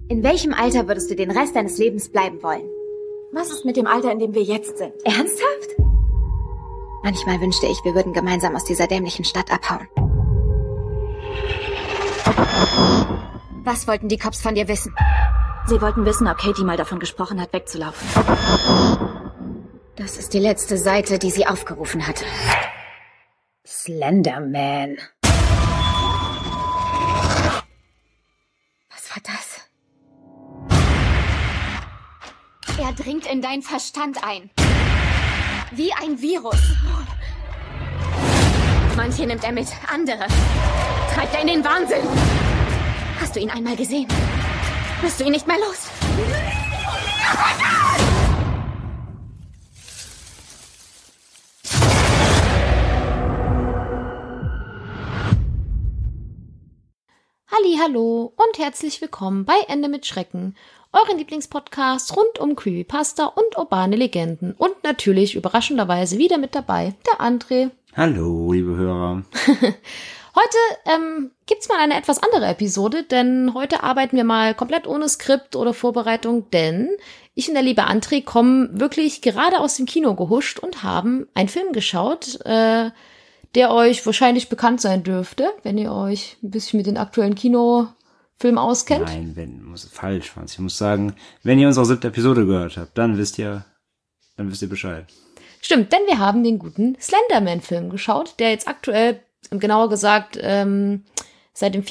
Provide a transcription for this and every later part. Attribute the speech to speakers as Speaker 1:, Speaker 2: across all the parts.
Speaker 1: In welchem Alter würdest du den Rest deines Lebens bleiben wollen?
Speaker 2: Was ist mit dem Alter, in dem wir jetzt sind?
Speaker 1: Ernsthaft? Manchmal wünschte ich, wir würden gemeinsam aus dieser dämlichen Stadt abhauen. Was wollten die Cops von dir wissen?
Speaker 2: Sie wollten wissen, ob Katie mal davon gesprochen hat, wegzulaufen.
Speaker 1: Das ist die letzte Seite, die sie aufgerufen hatte. Slenderman. Was war das? Er dringt in deinen Verstand ein. Wie ein Virus. Manche nimmt er mit, andere treibt er in den Wahnsinn. Hast du ihn einmal gesehen? Wirst du ihn nicht mehr los?
Speaker 3: Hallo und herzlich willkommen bei Ende mit Schrecken, euren Lieblingspodcast rund um Creepypasta und urbane Legenden. Und natürlich überraschenderweise wieder mit dabei der André.
Speaker 4: Hallo, liebe Hörer.
Speaker 3: Heute gibt's mal eine etwas andere Episode, denn heute arbeiten wir mal komplett ohne Skript oder Vorbereitung, denn ich und der liebe André kommen wirklich gerade aus dem Kino gehuscht und haben einen Film geschaut, der euch wahrscheinlich bekannt sein dürfte, wenn ihr euch ein bisschen mit den aktuellen Kinofilmen auskennt.
Speaker 4: Nein, falsch, Franz. Ich muss sagen, wenn ihr unsere 7. Episode gehört habt, dann wisst ihr Bescheid.
Speaker 3: Stimmt, denn wir haben den guten Slenderman-Film geschaut, der jetzt aktuell, genauer gesagt, seit dem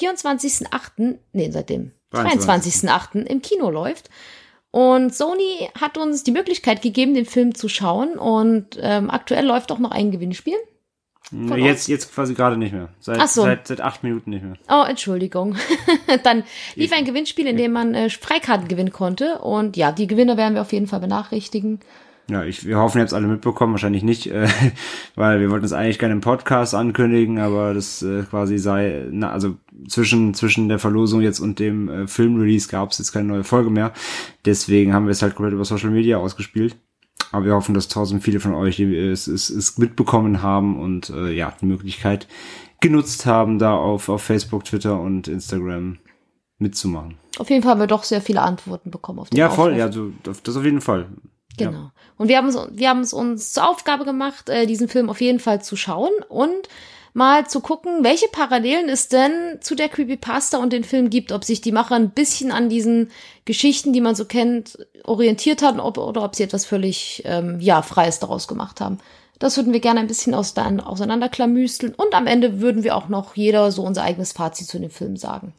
Speaker 3: 23.8. im Kino läuft. Und Sony hat uns die Möglichkeit gegeben, den Film zu schauen. Und aktuell läuft auch noch ein Gewinnspiel.
Speaker 4: Jetzt quasi gerade nicht mehr. Seit 8 Minuten nicht mehr.
Speaker 3: Oh, Entschuldigung. Dann lief ein Gewinnspiel, in dem man Freikarten gewinnen konnte. Und ja, die Gewinner werden wir auf jeden Fall benachrichtigen.
Speaker 4: Ja, wir hoffen, ihr habt es alle mitbekommen, wahrscheinlich nicht, weil wir wollten es eigentlich gerne im Podcast ankündigen, aber das quasi zwischen der Verlosung jetzt und dem Filmrelease gab es jetzt keine neue Folge mehr. Deswegen haben wir es halt komplett über Social Media ausgespielt. Aber wir hoffen, dass viele von euch es mitbekommen haben und die Möglichkeit genutzt haben, da auf Facebook, Twitter und Instagram mitzumachen.
Speaker 3: Auf jeden Fall haben wir doch sehr viele Antworten bekommen auf den Aufruf.
Speaker 4: Ja, voll, ja, das auf jeden Fall.
Speaker 3: Genau.
Speaker 4: Ja.
Speaker 3: Und wir haben es uns zur Aufgabe gemacht, diesen Film auf jeden Fall zu schauen und mal zu gucken, welche Parallelen es denn zu der Creepypasta und den Film gibt, ob sich die Macher ein bisschen an diesen Geschichten, die man so kennt, orientiert haben oder ob sie etwas völlig Freies daraus gemacht haben. Das würden wir gerne ein bisschen auseinanderklamüsteln und am Ende würden wir auch noch jeder so unser eigenes Fazit zu dem Film sagen.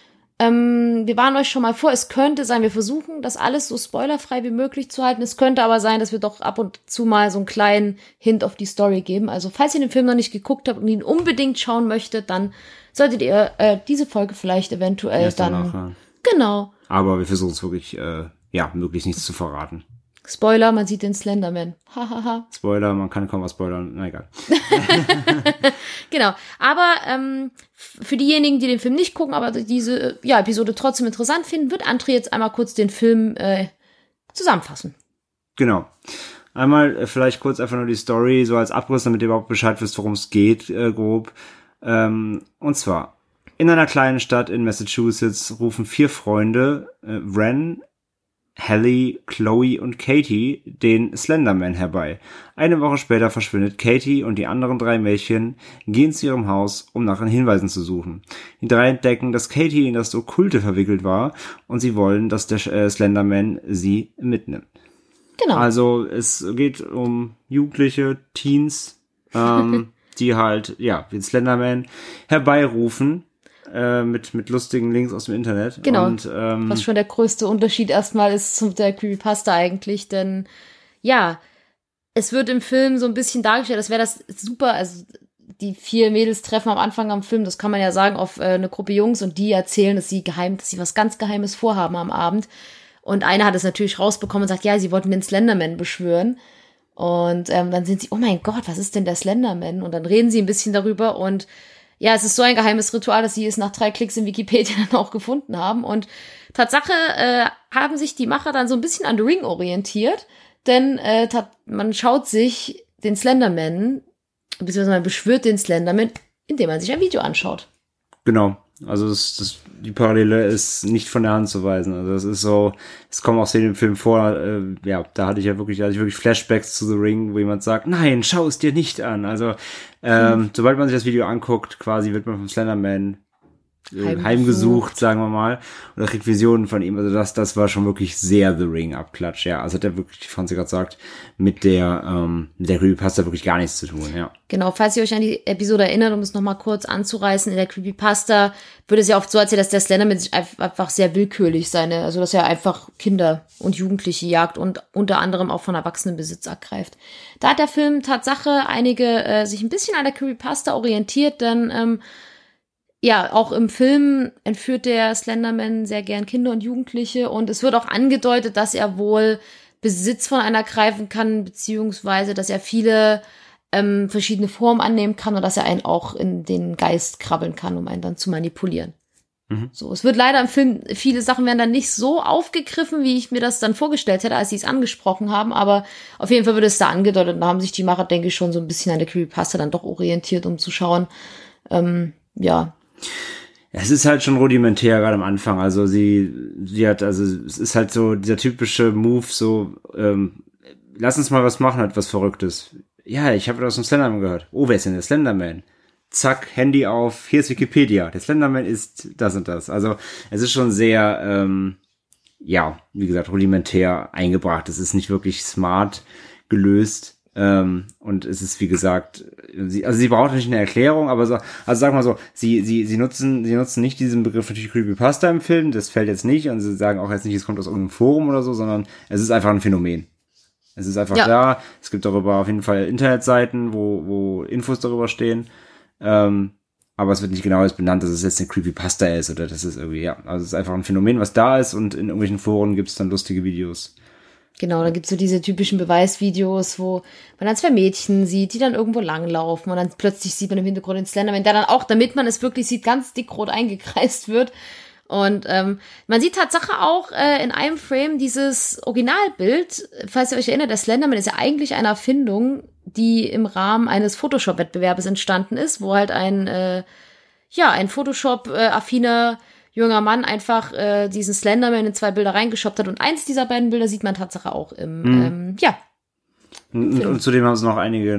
Speaker 3: Wir warnen euch schon mal vor, es könnte sein, wir versuchen, das alles so spoilerfrei wie möglich zu halten. Es könnte aber sein, dass wir doch ab und zu mal so einen kleinen Hint auf die Story geben. Also falls ihr den Film noch nicht geguckt habt und ihn unbedingt schauen möchtet, dann solltet ihr diese Folge vielleicht eventuell erst dann... Danach, ja. Genau.
Speaker 4: Aber wir versuchen es wirklich, möglichst nichts zu verraten.
Speaker 3: Spoiler, man sieht den Slenderman. Hahaha.
Speaker 4: Spoiler, man kann kaum was spoilern. Na egal.
Speaker 3: Genau. Aber für diejenigen, die den Film nicht gucken, aber diese Episode trotzdem interessant finden, wird André jetzt einmal kurz den Film zusammenfassen.
Speaker 4: Genau. Einmal vielleicht kurz einfach nur die Story, so als Abriss, damit ihr überhaupt Bescheid wisst, worum es geht, grob. Und zwar, in einer kleinen Stadt in Massachusetts rufen 4 Freunde, Ren, Hallie, Chloe und Katie, den Slenderman herbei. Eine Woche später verschwindet Katie und die anderen 3 Mädchen gehen zu ihrem Haus, um nach Hinweisen zu suchen. Die 3 entdecken, dass Katie in das Okkulte verwickelt war und sie wollen, dass der Slenderman sie mitnimmt.
Speaker 3: Genau.
Speaker 4: Also es geht um Jugendliche, Teens, die halt, den Slenderman herbeirufen. Mit lustigen Links aus dem Internet.
Speaker 3: Genau,
Speaker 4: und,
Speaker 3: was schon der größte Unterschied erstmal ist zu der Creepypasta eigentlich, denn es wird im Film so ein bisschen dargestellt, als wäre das super, also die 4 Mädels treffen am Anfang am Film, das kann man ja sagen, auf eine Gruppe Jungs und die erzählen, dass sie was ganz Geheimes vorhaben am Abend und eine hat es natürlich rausbekommen und sagt, ja, sie wollten den Slenderman beschwören und dann sind sie, oh mein Gott, was ist denn der Slenderman? Und dann reden sie ein bisschen darüber und ja, es ist so ein geheimes Ritual, dass sie es nach 3 Klicks in Wikipedia dann auch gefunden haben. Und Tatsache haben sich die Macher dann so ein bisschen an The Ring orientiert, denn man schaut sich den Slenderman, beziehungsweise man beschwört den Slenderman, indem man sich ein Video anschaut.
Speaker 4: Genau. Also die Parallele ist nicht von der Hand zu weisen. Also das ist so, es kommen auch Szenen im Film vor, da hatte ich wirklich Flashbacks zu The Ring, wo jemand sagt, nein, schau es dir nicht an. Also sobald man sich das Video anguckt, quasi wird man vom Slenderman heimgesucht, sagen wir mal, oder kriegt Visionen von ihm. Also das war schon wirklich sehr The Ring-Abklatsch, ja. Also hat er wirklich, wie Franzi gerade sagt, mit der Creepypasta wirklich gar nichts zu tun, ja.
Speaker 3: Genau, falls ihr euch an die Episode erinnert, um es nochmal kurz anzureißen, in der Creepypasta wird es ja oft so erzählt, dass der Slenderman sich einfach sehr willkürlich also dass er einfach Kinder und Jugendliche jagt und unter anderem auch von Erwachsenen Besitz ergreift. Da hat der Film Tatsache einige sich ein bisschen an der Creepypasta orientiert, denn auch im Film entführt der Slenderman sehr gern Kinder und Jugendliche und es wird auch angedeutet, dass er wohl Besitz von einer greifen kann, beziehungsweise, dass er viele verschiedene Formen annehmen kann und dass er einen auch in den Geist krabbeln kann, um einen dann zu manipulieren. So, es wird leider im Film, viele Sachen werden dann nicht so aufgegriffen, wie ich mir das dann vorgestellt hätte, als sie es angesprochen haben, aber auf jeden Fall wird es da angedeutet und da haben sich die Macher, denke ich, schon so ein bisschen an der Creepypasta dann doch orientiert, um zu schauen,
Speaker 4: Es ist halt schon rudimentär gerade am Anfang. Also sie hat, also es ist halt so dieser typische Move, so lass uns mal was machen, halt was Verrücktes. Ja, ich habe aus dem Slenderman gehört. Oh, wer ist denn der Slenderman? Zack, Handy auf, hier ist Wikipedia. Der Slenderman ist das und das. Also es ist schon sehr, wie gesagt, rudimentär eingebracht. Es ist nicht wirklich smart gelöst. Und es ist, wie gesagt, sie braucht nicht eine Erklärung, aber so, also sag mal so, sie nutzen nicht diesen Begriff natürlich Creepypasta im Film, das fällt jetzt nicht, und sie sagen auch jetzt nicht, es kommt aus irgendeinem Forum oder so, sondern es ist einfach ein Phänomen. Es ist einfach da, es gibt darüber auf jeden Fall Internetseiten, wo Infos darüber stehen, aber es wird nicht genau benannt, dass es jetzt eine Creepypasta ist, oder das ist irgendwie, also es ist einfach ein Phänomen, was da ist, und in irgendwelchen Foren gibt es dann lustige Videos.
Speaker 3: Genau, da gibt's so diese typischen Beweisvideos, wo man dann 2 Mädchen sieht, die dann irgendwo langlaufen und dann plötzlich sieht man im Hintergrund den Slenderman, der dann auch, damit man es wirklich sieht, ganz dickrot eingekreist wird. Und man sieht Tatsache auch in einem Frame dieses Originalbild, falls ihr euch erinnert, der Slenderman ist ja eigentlich eine Erfindung, die im Rahmen eines Photoshop-Wettbewerbes entstanden ist, wo halt ein Photoshop-affiner junger Mann einfach diesen Slenderman in 2 Bilder reingeschoppt hat. Und eins dieser beiden Bilder sieht man Tatsache auch im,
Speaker 4: Und zudem haben es noch einige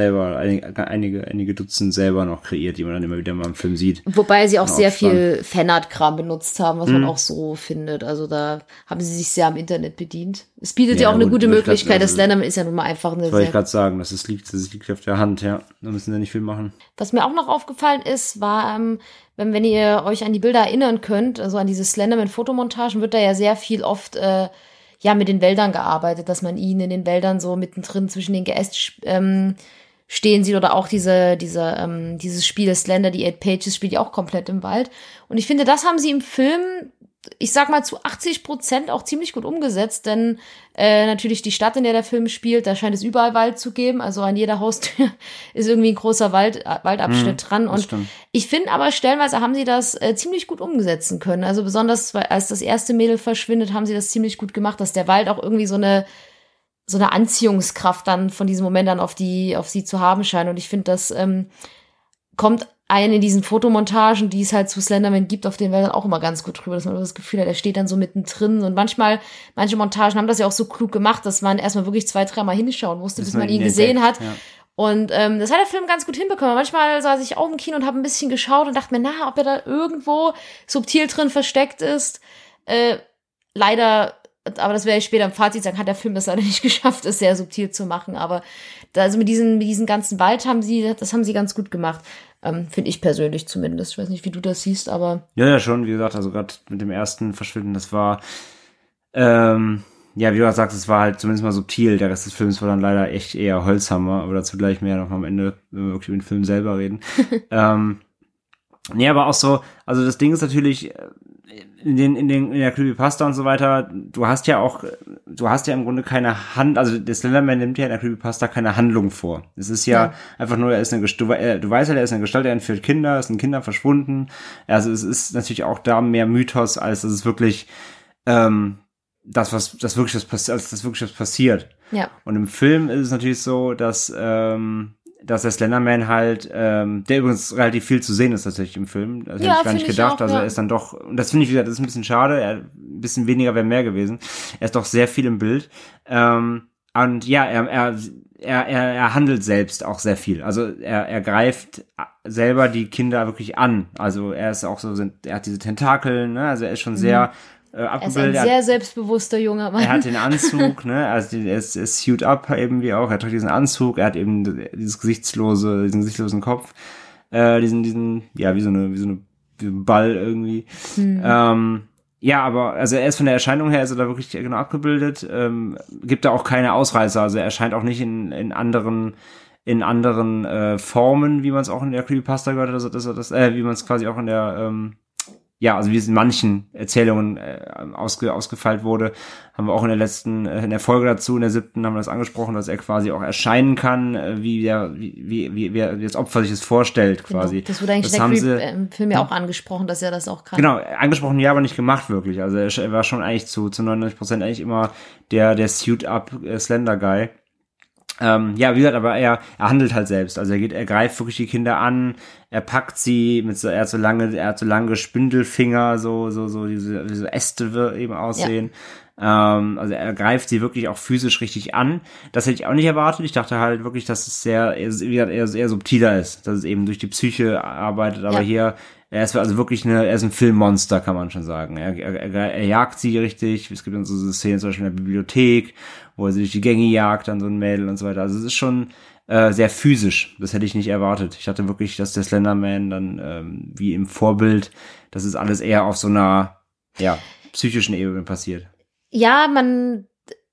Speaker 4: Dutzend selber noch kreiert, die man dann immer wieder mal im Film sieht.
Speaker 3: Wobei sie auch sehr viel Fanart-Kram benutzt haben, was man auch so findet. Also da haben sie sich sehr am Internet bedient. Es bietet ja auch eine gute Möglichkeit. Das Slenderman ist ja nun mal einfach eine.
Speaker 4: Das wollte ich gerade sagen, das liegt auf der Hand, ja. Da müssen wir nicht viel machen.
Speaker 3: Was mir auch noch aufgefallen ist, war, wenn ihr euch an die Bilder erinnern könnt, also an diese Slenderman-Fotomontagen, wird da ja sehr viel oft mit den Wäldern gearbeitet, dass man ihn in den Wäldern so mittendrin zwischen den Geäst stehen sieht, oder auch dieses Spiel Slender, die 8 Pages, spielt ja auch komplett im Wald. Und ich finde, das haben sie im Film, ich sag mal, zu 80% auch ziemlich gut umgesetzt, denn natürlich die Stadt, in der Film spielt, da scheint es überall Wald zu geben, also an jeder Haustür ist irgendwie ein großer Waldabschnitt dran, und ich finde aber stellenweise haben sie das ziemlich gut umsetzen können, also besonders als das erste Mädel verschwindet, haben sie das ziemlich gut gemacht, dass der Wald auch irgendwie so eine Anziehungskraft dann von diesem Moment dann auf sie zu haben scheint, und ich finde, das kommt in diesen Fotomontagen, die es halt zu Slenderman gibt, auf den Wäldern auch immer ganz gut drüber, dass man das Gefühl hat, er steht dann so mittendrin, und manche Montagen haben das ja auch so klug gemacht, dass man erstmal wirklich 2-3 Mal hinschauen musste, bis man ihn gesehen hat. Ja. Und das hat der Film ganz gut hinbekommen. Manchmal saß ich auch im Kino und habe ein bisschen geschaut und dachte mir, ob er da irgendwo subtil drin versteckt ist. Leider, aber das werde ich später im Fazit sagen, hat der Film das leider nicht geschafft, es sehr subtil zu machen. Aber also mit diesen ganzen Wald haben sie ganz gut gemacht. Finde ich persönlich zumindest. Ich weiß nicht, wie du das siehst, aber.
Speaker 4: Ja, schon, wie gesagt, also gerade mit dem ersten Verschwinden, das war, wie du sagst, es war halt zumindest mal subtil. Der Rest des Films war dann leider echt eher Holzhammer, aber dazu gleich mehr noch am Ende, wenn wir wirklich über den Film selber reden. Aber auch so, also das Ding ist natürlich, in der Creepypasta und so weiter, du hast ja im Grunde keine also der Slenderman nimmt ja in der Creepypasta keine Handlung vor. Es ist ja einfach nur, du weißt ja, er ist eine Gestalt, er entführt Kinder, es sind Kinder verschwunden. Also es ist natürlich auch da mehr Mythos, als dass es wirklich, das wirklich was passiert.
Speaker 3: Ja.
Speaker 4: Und im Film ist es natürlich so, dass, dass der Slenderman halt, der übrigens relativ viel zu sehen ist tatsächlich im Film. Das hätte ich gar nicht gedacht. Also er ist dann doch, und das finde ich wieder, das ist ein bisschen schade, ein bisschen weniger wäre mehr gewesen. Er ist doch sehr viel im Bild. Und ja, er handelt selbst auch sehr viel. Also er greift selber die Kinder wirklich an. Also er ist auch so, er hat diese Tentakel, ne? Also er ist schon sehr abgebildet.
Speaker 3: Er ist ein sehr selbstbewusster junger Mann.
Speaker 4: Er hat den Anzug, ne? Also er ist suit up eben wie auch. Er trägt diesen Anzug. Er hat eben diesen gesichtslosen Kopf. Diesen, ja, wie so ein Ball irgendwie. Ja, aber also er ist von der Erscheinung her, ist er da wirklich genau abgebildet, gibt da auch keine Ausreißer, also er erscheint auch nicht in anderen Formen, wie man es auch in der Creepypasta gehört hat, wie man es quasi auch in der also wie es in manchen Erzählungen ausgefeilt wurde, haben wir auch in der Folge dazu, in der 7. haben wir das angesprochen, dass er quasi auch erscheinen kann, wie das Opfer sich das vorstellt, quasi.
Speaker 3: Genau, das wurde eigentlich im Film ja auch angesprochen, dass er das auch kann.
Speaker 4: Genau, angesprochen, ja, aber nicht gemacht, wirklich. Also er war schon eigentlich zu 99% eigentlich immer der Suit-Up Slender Guy. Wie gesagt, aber er handelt halt selbst. Also er greift wirklich die Kinder an, er packt sie er hat so lange Spindelfinger, so diese Äste eben aussehen. Ja. Also er greift sie wirklich auch physisch richtig an. Das hätte ich auch nicht erwartet. Ich dachte halt wirklich, dass es eher subtiler ist, dass es eben durch die Psyche arbeitet, aber hier, er ist also wirklich er ist ein Filmmonster, kann man schon sagen. Er jagt sie richtig. Es gibt dann so Szenen zum Beispiel in der Bibliothek, wo er sie durch die Gänge jagt, dann so ein Mädel und so weiter. Also es ist schon sehr physisch. Das hätte ich nicht erwartet. Ich dachte wirklich, dass der Slenderman dann wie im Vorbild, das ist alles eher auf so einer psychischen Ebene passiert.
Speaker 3: Ja, wir haben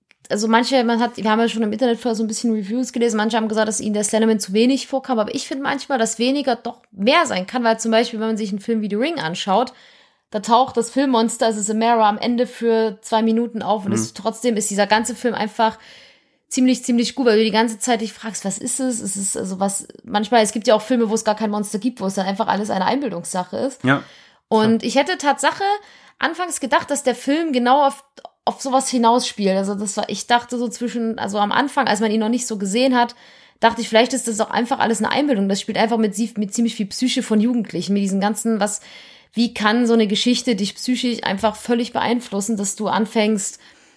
Speaker 3: ja schon im Internet so ein bisschen Reviews gelesen, manche haben gesagt, dass ihnen der Slenderman zu wenig vorkam, aber ich finde manchmal, dass weniger doch mehr sein kann, weil zum Beispiel, wenn man sich einen Film wie The Ring anschaut, da taucht das Filmmonster, also Samara, am Ende für 2 Minuten auf und trotzdem ist dieser ganze Film einfach ziemlich gut, weil du die ganze Zeit dich fragst, was ist es? Es ist also was, manchmal, es gibt ja auch Filme, wo es gar kein Monster gibt, wo es dann einfach alles eine Einbildungssache ist.
Speaker 4: Ja.
Speaker 3: Und ich hätte Tatsache anfangs gedacht, dass der Film genau auf sowas hinausspielt. Also ich dachte so also am Anfang, als man ihn noch nicht so gesehen hat, dachte ich, vielleicht ist das auch einfach alles eine Einbildung. Das spielt einfach mit ziemlich viel Psyche von Jugendlichen, mit diesen ganzen, wie kann so eine Geschichte dich psychisch einfach völlig beeinflussen, dass du anfängst,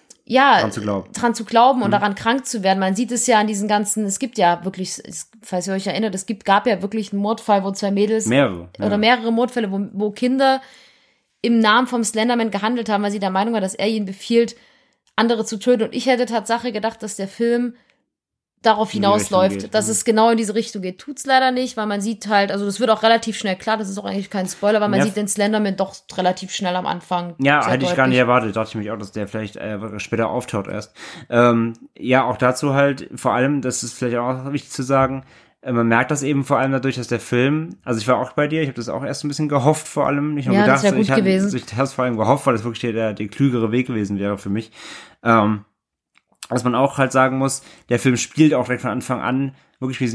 Speaker 3: dran zu glauben und daran krank zu werden. Man sieht es ja an diesen ganzen, es gibt ja wirklich, falls ihr euch erinnert, gab ja wirklich einen Mordfall, wo 2 Mädels mehrere Mordfälle, wo Kinder im Namen vom Slenderman gehandelt haben, weil sie der Meinung war, dass er ihnen befiehlt, andere zu töten. Und ich hätte Tatsache gedacht, dass der Film darauf hinausläuft, dass es genau in diese Richtung geht. Tut's leider nicht, weil man sieht halt, also das wird auch relativ schnell klar, das ist auch eigentlich kein Spoiler, weil man sieht den Slenderman doch relativ schnell am Anfang. Ja,
Speaker 4: hätte ich gar nicht erwartet, dachte ich mich auch, dass der vielleicht später auftaucht erst. Auch dazu halt, vor allem, das ist vielleicht auch wichtig zu sagen, man merkt das eben vor allem dadurch, dass der Film, also ich war auch bei dir, ich habe das auch erst ein bisschen gehofft vor allem, nicht nur gedacht,
Speaker 3: das wäre gut gewesen.
Speaker 4: Ich habe es vor allem gehofft, weil das wirklich der klügere Weg gewesen wäre für mich. Was man auch halt sagen muss, der Film spielt auch direkt von Anfang an wirklich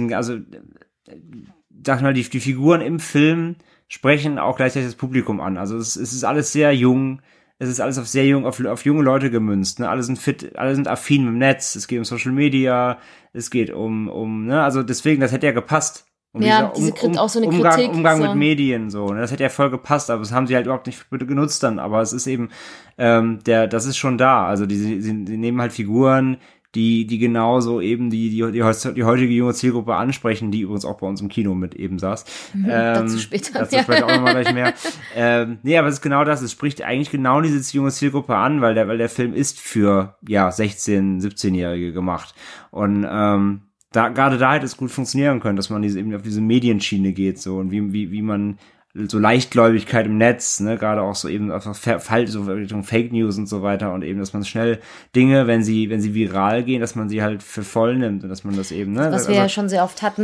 Speaker 4: sag mal, die Figuren im Film sprechen auch gleichzeitig das Publikum an. Also es ist alles sehr jung, es ist alles auf junge Leute gemünzt, ne? Alle sind fit, alle sind affin mit dem Netz, es geht um Social Media, es geht also deswegen, das hätte ja gepasst.
Speaker 3: Diese kriegt auch so eine Kritik.
Speaker 4: Umgang mit Medien, so, ne? Das hätte ja voll gepasst, aber das haben sie halt überhaupt nicht genutzt dann, aber es ist eben, das ist schon da, also sie nehmen halt Figuren, die genauso eben die heutige junge Zielgruppe ansprechen, die übrigens auch bei uns im Kino mit eben saß.
Speaker 3: Dazu später.
Speaker 4: Dazu vielleicht auch nochmal gleich mehr. Aber es ist genau das, es spricht eigentlich genau diese junge Zielgruppe an, weil der Film ist für, 16-, 17-Jährige gemacht. Und, gerade da hätte es gut funktionieren können, dass man eben auf diese Medienschiene geht, so, und wie man so Leichtgläubigkeit im Netz, ne, gerade auch so eben einfach so Richtung Fake News und so weiter, und eben, dass man schnell Dinge, wenn sie viral gehen, dass man sie halt für voll nimmt und dass man das eben, ne.
Speaker 3: Was wir ja schon sehr oft hatten,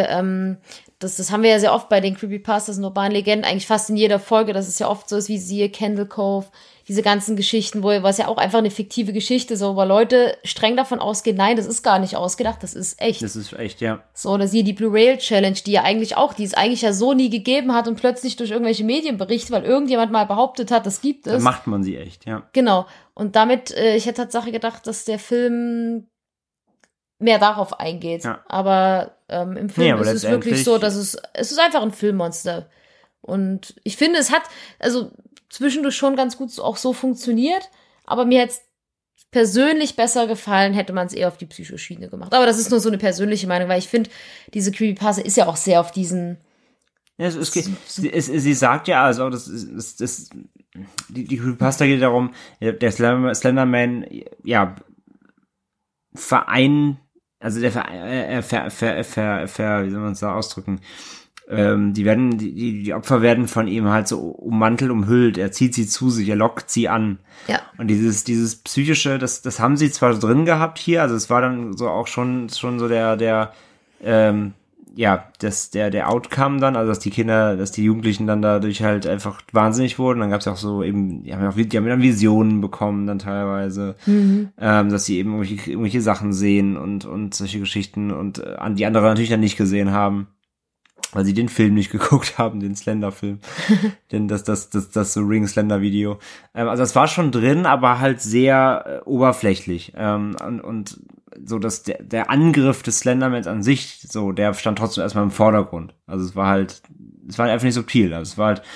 Speaker 3: das haben wir ja sehr oft bei den Creepypastas und urbanen Legenden, eigentlich fast in jeder Folge, dass es ja oft so ist, wie siehe Candle Cove, diese ganzen Geschichten, was ja auch einfach eine fiktive Geschichte, so, wo Leute streng davon ausgehen, nein, das ist gar nicht ausgedacht, das ist echt.
Speaker 4: Das ist echt, ja.
Speaker 3: So, oder siehe die Blue Rail Challenge, die es eigentlich ja so nie gegeben hat und plötzlich durch irgendwelche Medienberichte, weil irgendjemand mal behauptet hat, das gibt es.
Speaker 4: Dann macht man sie echt, ja.
Speaker 3: Genau. Und damit, ich hätte Tatsache gedacht, dass der Film mehr darauf eingeht. Ja. Aber Im Film ist es wirklich so, dass es ist einfach ein Filmmonster. Und ich finde, es hat also zwischendurch schon ganz gut auch so funktioniert, aber mir hätte es persönlich besser gefallen, hätte man es eher auf die Psychoschiene gemacht. Aber das ist nur so eine persönliche Meinung, weil ich finde, diese Creepypasta ist ja auch sehr auf diesen...
Speaker 4: Ja, sie sagt ja, also die Creepypasta geht darum, der Slenderman, ja, also wie soll man es da ausdrücken? Die Opfer werden von ihm halt so ummantelt, umhüllt. Er zieht sie zu sich, er lockt sie an.
Speaker 3: Ja.
Speaker 4: Und dieses psychische, das haben sie zwar drin gehabt hier, also es war dann so auch schon so der Outcome dann, also dass die Jugendlichen dann dadurch halt einfach wahnsinnig wurden. Dann gab es auch so eben, die haben dann Visionen bekommen dann teilweise, dass sie eben irgendwelche Sachen sehen und solche Geschichten und die andere natürlich dann nicht gesehen haben, weil sie den Film nicht geguckt haben, den Slender-Film, denn das so Ring-Slender-Video. Also das war schon drin, aber halt sehr oberflächlich und so, dass der Angriff des Slendermans an sich, so, der stand trotzdem erstmal im Vordergrund. Also es war einfach nicht subtil. Also es war halt,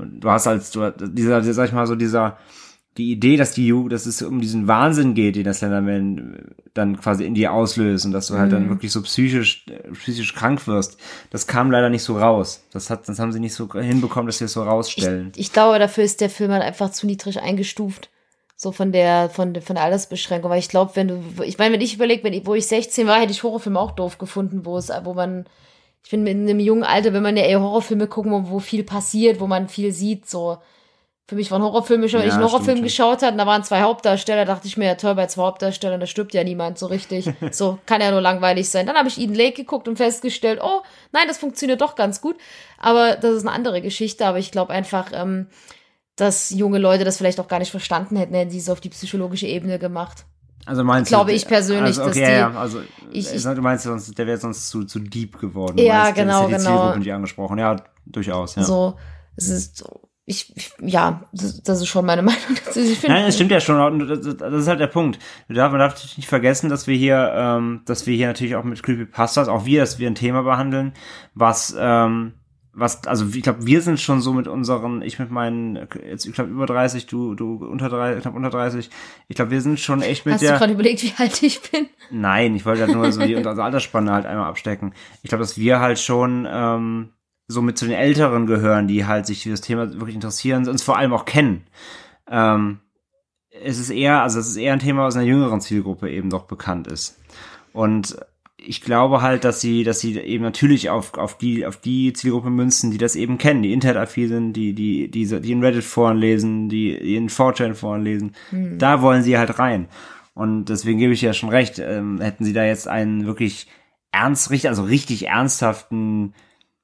Speaker 4: die Idee, dass es um diesen Wahnsinn geht, den der Slenderman dann quasi in dir auslöst und dass du halt dann wirklich so psychisch krank wirst, das kam leider nicht so raus. Das haben sie nicht so hinbekommen, dass sie es so rausstellen.
Speaker 3: Ich glaube, dafür ist der Film halt einfach zu niedrig eingestuft. So von der Altersbeschränkung, weil ich glaube, wenn ich überlege, wo ich 16 war, hätte ich Horrorfilme auch doof gefunden, ich finde in einem jungen Alter, wenn man ja eher Horrorfilme gucken, wo viel passiert, wo man viel sieht, so. Für mich waren Horrorfilme schon, wenn ich einen Horrorfilm geschaut habe, und da waren 2 Hauptdarsteller, dachte ich mir, ja toll, bei 2 Hauptdarstellern, da stirbt ja niemand so richtig. So, kann ja nur langweilig sein. Dann habe ich Eden Lake geguckt und festgestellt, oh, nein, das funktioniert doch ganz gut. Aber das ist eine andere Geschichte, aber ich glaube einfach, dass junge Leute das vielleicht auch gar nicht verstanden hätten sie es auf die psychologische Ebene gemacht.
Speaker 4: Also meinst
Speaker 3: du? Glaube ich persönlich,
Speaker 4: also, okay, dass du meinst, der wäre sonst zu deep geworden.
Speaker 3: Ja, genau.
Speaker 4: Die Zielgruppe nicht angesprochen. Ja, durchaus, ja.
Speaker 3: So, es ist das ist schon meine Meinung.
Speaker 4: Nein, das stimmt ja schon. Das ist halt der Punkt. Man darf natürlich nicht vergessen, dass wir hier natürlich auch mit Creepypastas, auch dass wir ein Thema behandeln, also ich glaube, wir sind schon so mit unseren, ich glaube über 30, du knapp unter 30. Ich glaube, wir sind schon echt mit
Speaker 3: Hast du gerade überlegt, wie alt ich bin?
Speaker 4: Nein, ich wollte halt nur so unsere Altersspanne halt einmal abstecken. Ich glaube, dass wir halt schon so mit zu den Älteren gehören, die halt sich für das Thema wirklich interessieren, uns vor allem auch kennen. Es ist eher ein Thema, was in einer jüngeren Zielgruppe eben doch bekannt ist. Und ich glaube halt, dass sie eben natürlich auf die Zielgruppe münzen, die das eben kennen, die internetaffin sind, die in Reddit-Foren lesen, die in 4chan-Foren lesen. Da wollen sie halt rein. Und deswegen gebe ich ja schon recht, hätten sie da jetzt einen wirklich richtig ernsthaften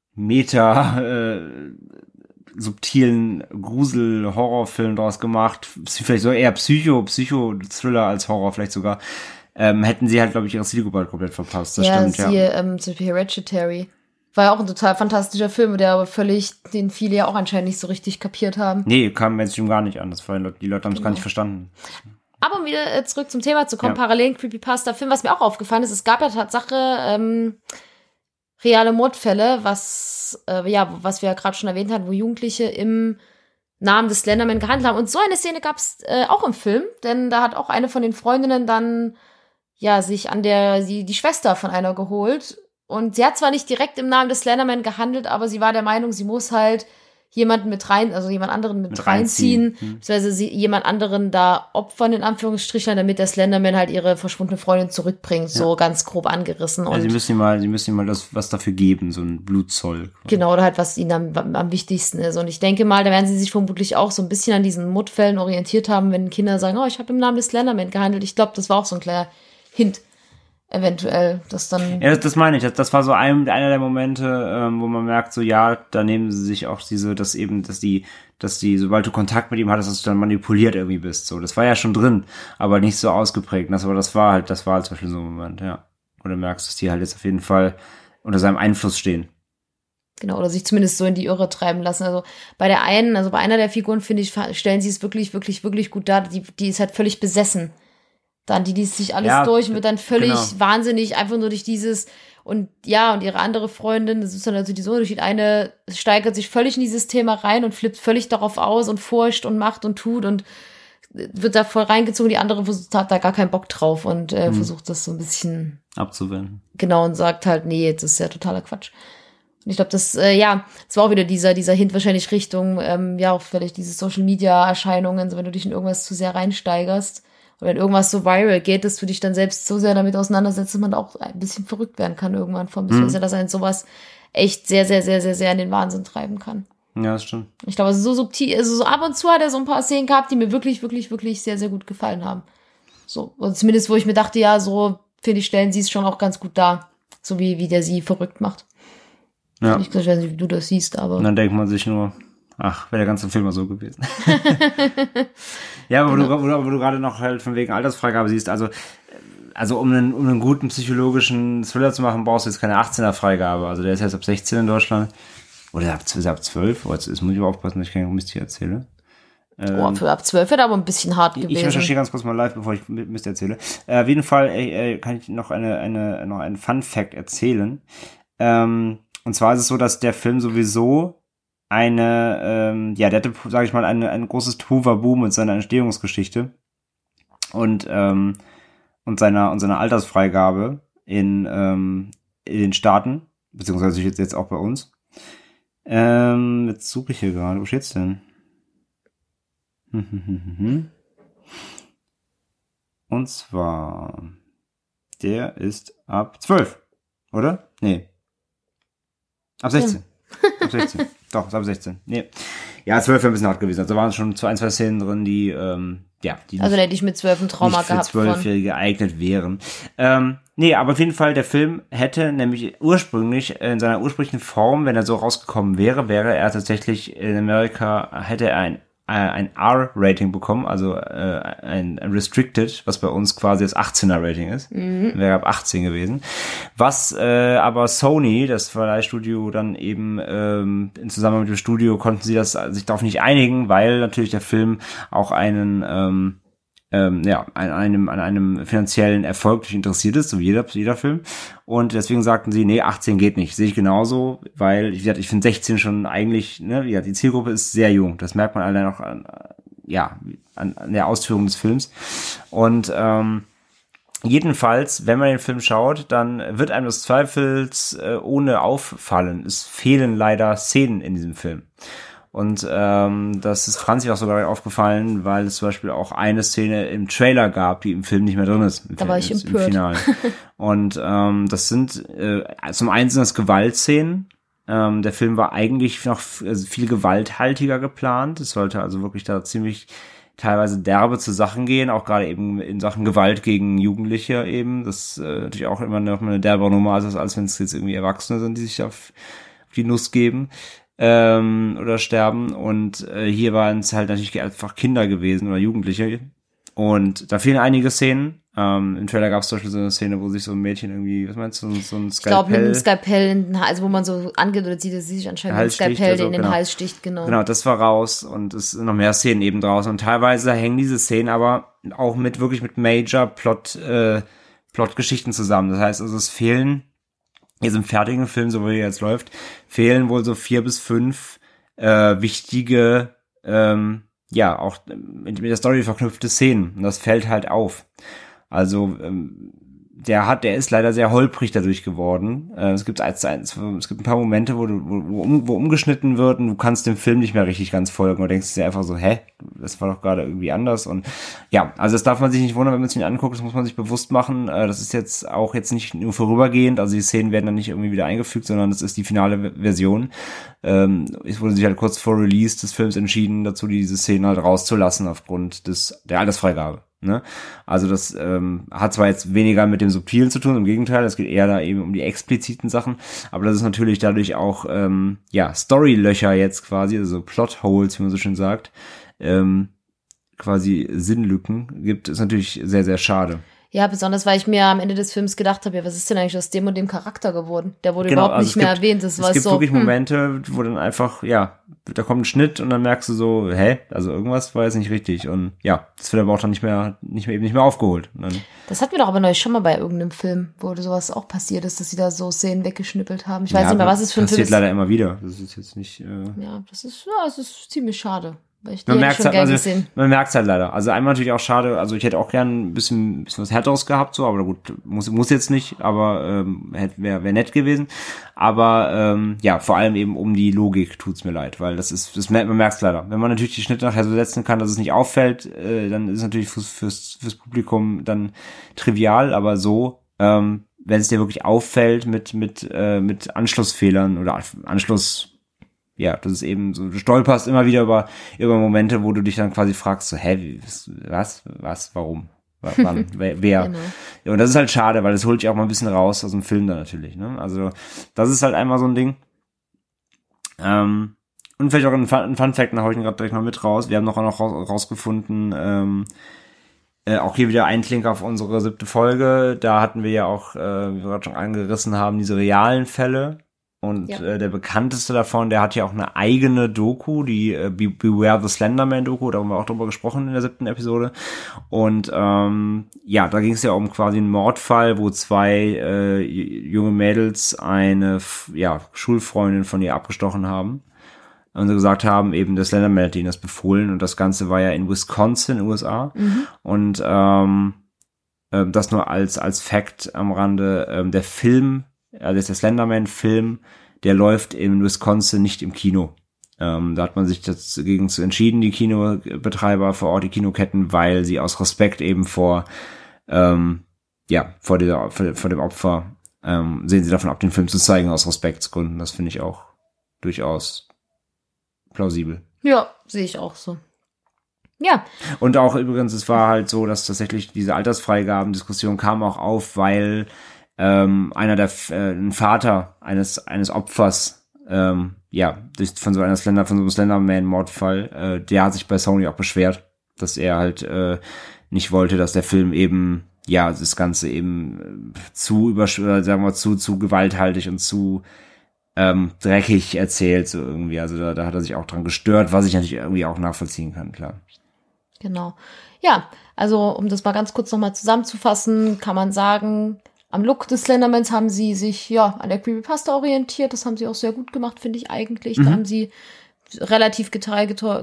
Speaker 4: subtilen Grusel-Horrorfilm draus gemacht, vielleicht so eher Psycho-Thriller als Horror vielleicht sogar, hätten sie halt, glaube ich, ihre Zielgruppe halt komplett verpasst. Das stimmt, ja.
Speaker 3: Zum Beispiel Hereditary. War ja auch ein total fantastischer Film, den viele ja auch anscheinend nicht so richtig kapiert haben.
Speaker 4: Nee, kam Mainstream gar nicht an. Die Leute haben es gar nicht verstanden.
Speaker 3: Aber um wieder zurück zum Thema zu kommen, parallel Creepypasta-Film, was mir auch aufgefallen ist, es gab ja Tatsache reale Mordfälle, was wir ja gerade schon erwähnt haben, wo Jugendliche im Namen des Slenderman gehandelt haben. Und so eine Szene gab es auch im Film, denn da hat auch eine von den Freundinnen dann sich die Schwester von einer geholt. Und sie hat zwar nicht direkt im Namen des Slenderman gehandelt, aber sie war der Meinung, sie muss halt jemand anderen mit reinziehen, beziehungsweise jemand anderen da opfern, in Anführungsstrichen, damit der Slenderman halt ihre verschwundene Freundin zurückbringt, so ganz grob angerissen. Und
Speaker 4: sie müssen ihm mal was dafür geben, so ein Blutzoll.
Speaker 3: Genau, oder halt, was ihnen am wichtigsten ist. Und ich denke mal, da werden sie sich vermutlich auch so ein bisschen an diesen Mordfällen orientiert haben, wenn Kinder sagen, ich habe im Namen des Slenderman gehandelt. Ich glaube, das war auch so ein kleiner Hint. Eventuell, das dann...
Speaker 4: Ja, das meine ich. Das war so einer der Momente, wo man merkt, so, ja, da nehmen sie sich auch dass die, sobald du Kontakt mit ihm hattest, dass du dann manipuliert irgendwie bist. So, das war ja schon drin, aber nicht so ausgeprägt. Das war halt zum Beispiel so ein Moment, ja. Oder merkst, dass die halt jetzt auf jeden Fall unter seinem Einfluss stehen.
Speaker 3: Genau, oder sich zumindest so in die Irre treiben lassen. Also bei einer der Figuren, finde ich, stellen sie es wirklich, wirklich, wirklich gut dar. Die ist halt völlig besessen. Dann die liest sich alles durch und wird dann völlig wahnsinnig, einfach nur durch dieses, Und ja, und ihre andere Freundin, das ist dann also dieser Unterschied, eine steigert sich völlig in dieses Thema rein und flippt völlig darauf aus und forscht und macht und tut und wird da voll reingezogen, die andere hat da gar keinen Bock drauf und versucht das so ein bisschen
Speaker 4: abzuwenden.
Speaker 3: Genau, und sagt halt, nee, das ist ja totaler Quatsch. Und ich glaube, das war auch wieder dieser Hint wahrscheinlich Richtung, auch vielleicht diese Social-Media-Erscheinungen, so wenn du dich in irgendwas zu sehr reinsteigerst oder wenn irgendwas so viral geht, dass du dich dann selbst so sehr damit auseinandersetzt, dass man auch ein bisschen verrückt werden kann irgendwann vom Business, dass einen sowas echt sehr, sehr, sehr, sehr, sehr in den Wahnsinn treiben kann.
Speaker 4: Ja, das stimmt.
Speaker 3: Ich glaube, also so subtil, also so ab und zu hat er so ein paar Szenen gehabt, die mir wirklich, wirklich, wirklich sehr, sehr gut gefallen haben. So, oder zumindest, wo ich mir dachte, ja, so, finde ich, stellen sie es schon auch ganz gut dar. So wie der sie verrückt macht.
Speaker 4: Ja.
Speaker 3: Ich weiß nicht, wie du das siehst, aber.
Speaker 4: Und dann denkt man sich nur, ach, wäre der ganze Film mal so gewesen. Ja, aber genau. wo du gerade noch halt von wegen Altersfreigabe siehst, also um einen guten psychologischen Thriller zu machen, brauchst du jetzt keine 18er-Freigabe. Also der ist jetzt ab 16 in Deutschland. Oder ab 12. Oh, jetzt muss ich aber aufpassen, dass ich keinen Mist hier erzähle.
Speaker 3: Für ab 12 wäre aber ein bisschen hart gewesen.
Speaker 4: Ich recherchiere ganz kurz mal live, bevor ich Mist erzähle. Auf jeden Fall kann ich noch einen Fun-Fact erzählen. Und zwar ist es so, dass der Film sowieso der hatte, sage ich mal, ein großes Tohuwabohu mit seiner Entstehungsgeschichte und seiner Altersfreigabe in den Staaten, beziehungsweise jetzt auch bei uns. Jetzt suche ich hier gerade. Wo steht's denn? Und zwar, der ist ab 12, oder? Nee. Ab 16. Ja. Ab 16. Doch, ist ab 16. Nee. Ja, 12 wäre ein bisschen hart gewesen. Also waren schon ein, zwei Szenen drin, die
Speaker 3: also hätte ich mit 12 ein Trauma gehabt.
Speaker 4: Für 12-Jährige geeignet wären. Nee, aber auf jeden Fall, der Film hätte nämlich ursprünglich, in seiner ursprünglichen Form, wenn er so rausgekommen wäre er tatsächlich in Amerika, hätte er ein R-Rating bekommen, also ein Restricted, was bei uns quasi das 18er-Rating ist. Wäre ab 18 gewesen. Was aber Sony, das Verleihstudio, dann eben in Zusammenhang mit dem Studio konnten sie sich darauf nicht einigen, weil natürlich der Film auch an einem finanziellen Erfolg interessiert ist, so wie jeder Film. Und deswegen sagten sie, nee, 18 geht nicht. Sehe ich genauso, weil ich finde 16 schon eigentlich, die Zielgruppe ist sehr jung. Das merkt man allein auch an der Ausführung des Films. Und jedenfalls, wenn man den Film schaut, dann wird einem des Zweifels ohne auffallen. Es fehlen leider Szenen in diesem Film. Und das ist Franzi auch sogar aufgefallen, weil es zum Beispiel auch eine Szene im Trailer gab, die im Film nicht mehr drin ist.
Speaker 3: Da war ich empört. Im Finale.
Speaker 4: Und das sind zum einen sind das Gewaltszenen. Der Film war eigentlich noch viel gewalthaltiger geplant. Es sollte also wirklich da ziemlich teilweise derbe zu Sachen gehen, auch gerade eben in Sachen Gewalt gegen Jugendliche eben. Das ist natürlich auch immer noch eine derbe Nummer, als wenn es jetzt irgendwie Erwachsene sind, die sich auf die Nuss geben. Oder sterben und hier waren es halt natürlich einfach Kinder gewesen oder Jugendliche und da fehlen einige Szenen. Im Trailer gab es zum Beispiel so eine Szene, wo sich so ein Mädchen irgendwie, was meinst du, so ein Skalpell... Ich glaube, mit einem Skalpell,
Speaker 3: also wo man so angedeutet sieht, dass sie sich anscheinend mit einem Skalpell in den Hals sticht, genau.
Speaker 4: Genau, das war raus und es sind noch mehr Szenen eben draußen und teilweise hängen diese Szenen aber auch wirklich mit Major Plot-Geschichten zusammen. Das heißt also, es fehlen jetzt im fertigen Film, so wie er jetzt läuft, fehlen wohl so 4 bis 5 wichtige, auch mit der Story verknüpfte Szenen. Und das fällt halt auf. Also der ist leider sehr holprig dadurch geworden. Es gibt ein paar Momente, wo umgeschnitten wird und du kannst dem Film nicht mehr richtig ganz folgen und denkst dir einfach so, das war doch gerade irgendwie anders und ja, also das darf man sich nicht wundern, wenn man es sich anguckt, das muss man sich bewusst machen. Das ist jetzt nicht nur vorübergehend, also die Szenen werden dann nicht irgendwie wieder eingefügt, sondern das ist die finale Version. Es wurde sich halt kurz vor Release des Films entschieden, dazu diese Szenen halt rauszulassen aufgrund der Altersfreigabe. Ne? Also das hat zwar jetzt weniger mit dem Subtilen zu tun, im Gegenteil, es geht eher da eben um die expliziten Sachen, aber das ist natürlich dadurch auch Storylöcher jetzt quasi, also Plotholes, wie man so schön sagt, quasi Sinnlücken gibt, ist natürlich sehr, sehr schade.
Speaker 3: Ja, besonders, weil ich mir am Ende des Films gedacht habe, ja, was ist denn eigentlich aus dem und dem Charakter geworden? Der wurde
Speaker 4: Genau,
Speaker 3: überhaupt
Speaker 4: also
Speaker 3: nicht mehr erwähnt. Das war
Speaker 4: es gibt
Speaker 3: so,
Speaker 4: wirklich Momente, wo dann einfach, ja, da kommt ein Schnitt und dann merkst du so, also irgendwas war jetzt nicht richtig. Und ja, das wird aber auch dann nicht mehr aufgeholt. Und dann,
Speaker 3: das hatten wir doch aber neulich schon mal bei irgendeinem Film, wo sowas auch passiert ist, dass sie da so Szenen weggeschnippelt haben. Ich weiß nicht mehr, was es für ein Film ist.
Speaker 4: Passiert leider immer wieder. Das ist jetzt nicht...
Speaker 3: Ja, es ist ziemlich schade. Weil ich
Speaker 4: man merkt es halt leider. Also einmal natürlich auch schade, also ich hätte auch gern ein bisschen was Härteres gehabt, so, aber gut, muss jetzt nicht, aber wäre nett gewesen. Aber ja, vor allem eben um die Logik tut's mir leid, weil man merkt es leider. Wenn man natürlich die Schnitte nachher so setzen kann, dass es nicht auffällt, dann ist es natürlich fürs Publikum dann trivial, aber so, wenn es dir wirklich auffällt mit Anschlussfehlern oder ja, das ist eben so, du stolperst immer wieder über Momente, wo du dich dann quasi fragst, so, was, warum, wann, wer? Genau. Ja, und das ist halt schade, weil das holt dich auch mal ein bisschen raus aus dem Film dann natürlich, ne? Also, das ist halt einmal so ein Ding. Und vielleicht auch ein Fun-Fact, da hau ich ihn gerade direkt mal mit raus. Wir haben noch rausgefunden, auch hier wieder ein Link auf unsere 7. Folge. Da hatten wir ja auch, wie wir gerade schon angerissen haben, diese realen Fälle. Und der bekannteste davon, der hat ja auch eine eigene Doku, die Beware the Slenderman Doku, da haben wir auch drüber gesprochen in der 7. Episode. Und ja, da ging es ja um quasi einen Mordfall, wo 2 junge Mädels eine Schulfreundin von ihr abgestochen haben. Und sie gesagt haben, eben der Slenderman hat ihnen das befohlen. Und das Ganze war ja in Wisconsin, USA. Mhm. Und das nur als Fact am Rande, der Film, also der Slenderman-Film, der läuft in Wisconsin nicht im Kino. Da hat man sich dagegen entschieden, die Kinobetreiber vor Ort, die Kinoketten, weil sie aus Respekt eben vor dem Opfer, sehen sie davon ab, den Film zu zeigen, aus Respektsgründen. Das finde ich auch durchaus plausibel.
Speaker 3: Ja, sehe ich auch so. Ja.
Speaker 4: Und auch übrigens, es war halt so, dass tatsächlich diese Altersfreigaben-Diskussion kam auch auf, weil ein Vater eines Opfers, von so einem Slenderman-Mordfall, der hat sich bei Sony auch beschwert, dass er halt nicht wollte, dass der Film eben, das Ganze eben zu gewalthaltig und zu dreckig erzählt, so irgendwie. Also da hat er sich auch dran gestört, was ich natürlich irgendwie auch nachvollziehen kann, klar.
Speaker 3: Genau. Ja, also um das mal ganz kurz nochmal zusammenzufassen, kann man sagen, am Look des Slendermans haben sie sich an der Creepypasta orientiert. Das haben sie auch sehr gut gemacht, finde ich eigentlich. Da haben sie relativ detailgetreu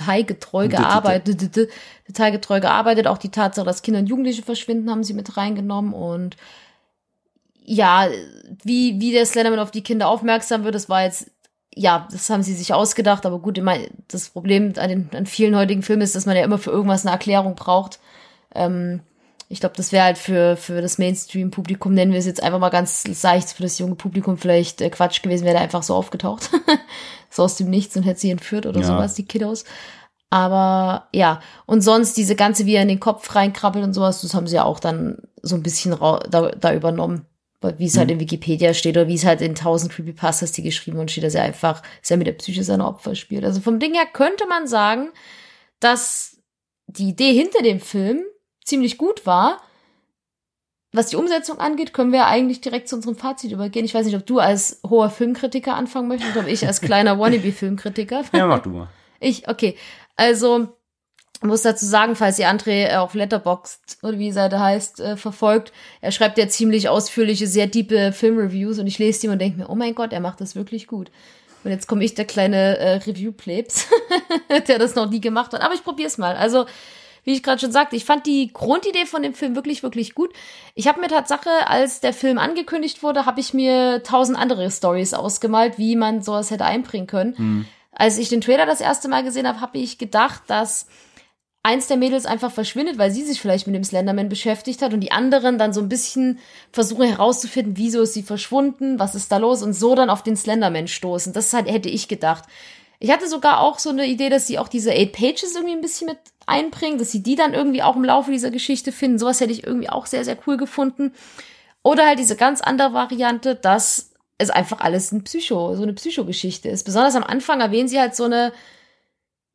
Speaker 3: gearbeitet. Auch die Tatsache, dass Kinder und Jugendliche verschwinden, haben sie mit reingenommen. Und ja, wie der Slenderman auf die Kinder aufmerksam wird, das war jetzt, das haben sie sich ausgedacht. Aber gut, das Problem an vielen heutigen Filmen ist, dass man ja immer für irgendwas eine Erklärung braucht. Ich glaube, das wäre halt für das Mainstream-Publikum, nennen wir es jetzt einfach mal ganz leicht, für das junge Publikum vielleicht Quatsch gewesen, wäre der einfach so aufgetaucht. So aus dem Nichts und hätte sie entführt oder sowas, die Kiddos. Aber ja, und sonst diese ganze, wie er in den Kopf reinkrabbelt und sowas, das haben sie ja auch dann so ein bisschen da übernommen. Wie es halt in Wikipedia steht oder wie es halt in 1000 Creepypastas, die geschrieben und steht, dass er einfach sehr mit der Psyche seiner Opfer spielt. Also vom Ding her könnte man sagen, dass die Idee hinter dem Film ziemlich gut war. Was die Umsetzung angeht, können wir eigentlich direkt zu unserem Fazit übergehen. Ich weiß nicht, ob du als hoher Filmkritiker anfangen möchtest oder ob ich als kleiner Wannabe-Filmkritiker.
Speaker 4: Ja, mach du mal.
Speaker 3: Okay. Also, ich muss dazu sagen, falls ihr André auf Letterboxd oder wie die Seite heißt, verfolgt, er schreibt ja ziemlich ausführliche, sehr diepe Filmreviews und ich lese die und denke mir, oh mein Gott, er macht das wirklich gut. Und jetzt komme ich, der kleine Review-Plebs, der das noch nie gemacht hat. Aber ich probiere es mal. Also, wie ich gerade schon sagte, ich fand die Grundidee von dem Film wirklich, wirklich gut. Ich habe mir Tatsache, als der Film angekündigt wurde, habe ich mir 1000 andere Storys ausgemalt, wie man sowas hätte einbringen können. Als ich den Trailer das erste Mal gesehen habe, habe ich gedacht, dass eins der Mädels einfach verschwindet, weil sie sich vielleicht mit dem Slenderman beschäftigt hat und die anderen dann so ein bisschen versuchen herauszufinden, wieso ist sie verschwunden, was ist da los und so dann auf den Slenderman stoßen. Das hätte ich gedacht. Ich hatte sogar auch so eine Idee, dass sie auch diese 8 Pages irgendwie ein bisschen mit einbringen, dass sie die dann irgendwie auch im Laufe dieser Geschichte finden. Sowas hätte ich irgendwie auch sehr, sehr cool gefunden. Oder halt diese ganz andere Variante, dass es einfach alles so eine Psychogeschichte ist. Besonders am Anfang erwähnen sie halt so eine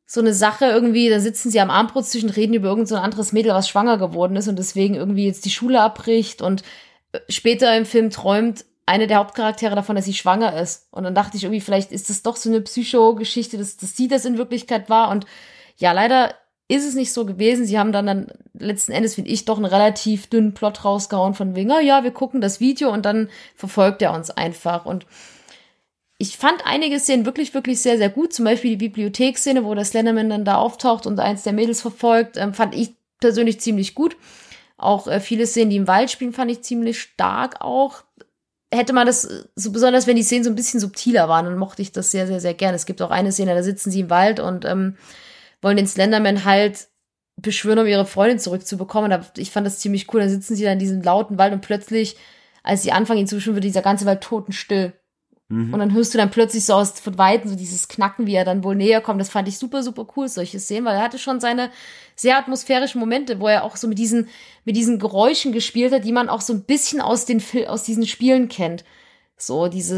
Speaker 3: so eine Sache irgendwie, da sitzen sie am Armbrusttisch und reden über irgend so ein anderes Mädel, was schwanger geworden ist und deswegen irgendwie jetzt die Schule abbricht und später im Film träumt eine der Hauptcharaktere davon, dass sie schwanger ist. Und dann dachte ich irgendwie, vielleicht ist das doch so eine Psycho-Geschichte, dass sie das in Wirklichkeit war. Und ja, leider ist es nicht so gewesen. Sie haben dann letzten Endes, finde ich, doch einen relativ dünnen Plot rausgehauen von wegen, ja, wir gucken das Video und dann verfolgt er uns einfach. Und ich fand einige Szenen wirklich, wirklich sehr, sehr gut. Zum Beispiel die Bibliotheksszene, wo der Slenderman dann da auftaucht und eins der Mädels verfolgt, fand ich persönlich ziemlich gut. Auch viele Szenen, die im Wald spielen, fand ich ziemlich stark auch. Hätte man das, so besonders wenn die Szenen so ein bisschen subtiler waren, dann mochte ich das sehr, sehr, sehr gerne. Es gibt auch eine Szene, da sitzen sie im Wald und wollen den Slenderman halt beschwören, um ihre Freundin zurückzubekommen. Ich fand das ziemlich cool. Dann sitzen sie da in diesem lauten Wald und plötzlich, als sie anfangen, ihn zu beschwören, wird dieser ganze Wald totenstill. Mhm. Und dann hörst du dann plötzlich so von Weitem so dieses Knacken, wie er dann wohl näher kommt. Das fand ich super, super cool, solche Szenen, weil er hatte schon seine sehr atmosphärischen Momente, wo er auch so mit diesen Geräuschen gespielt hat, die man auch so ein bisschen aus diesen Spielen kennt. So wie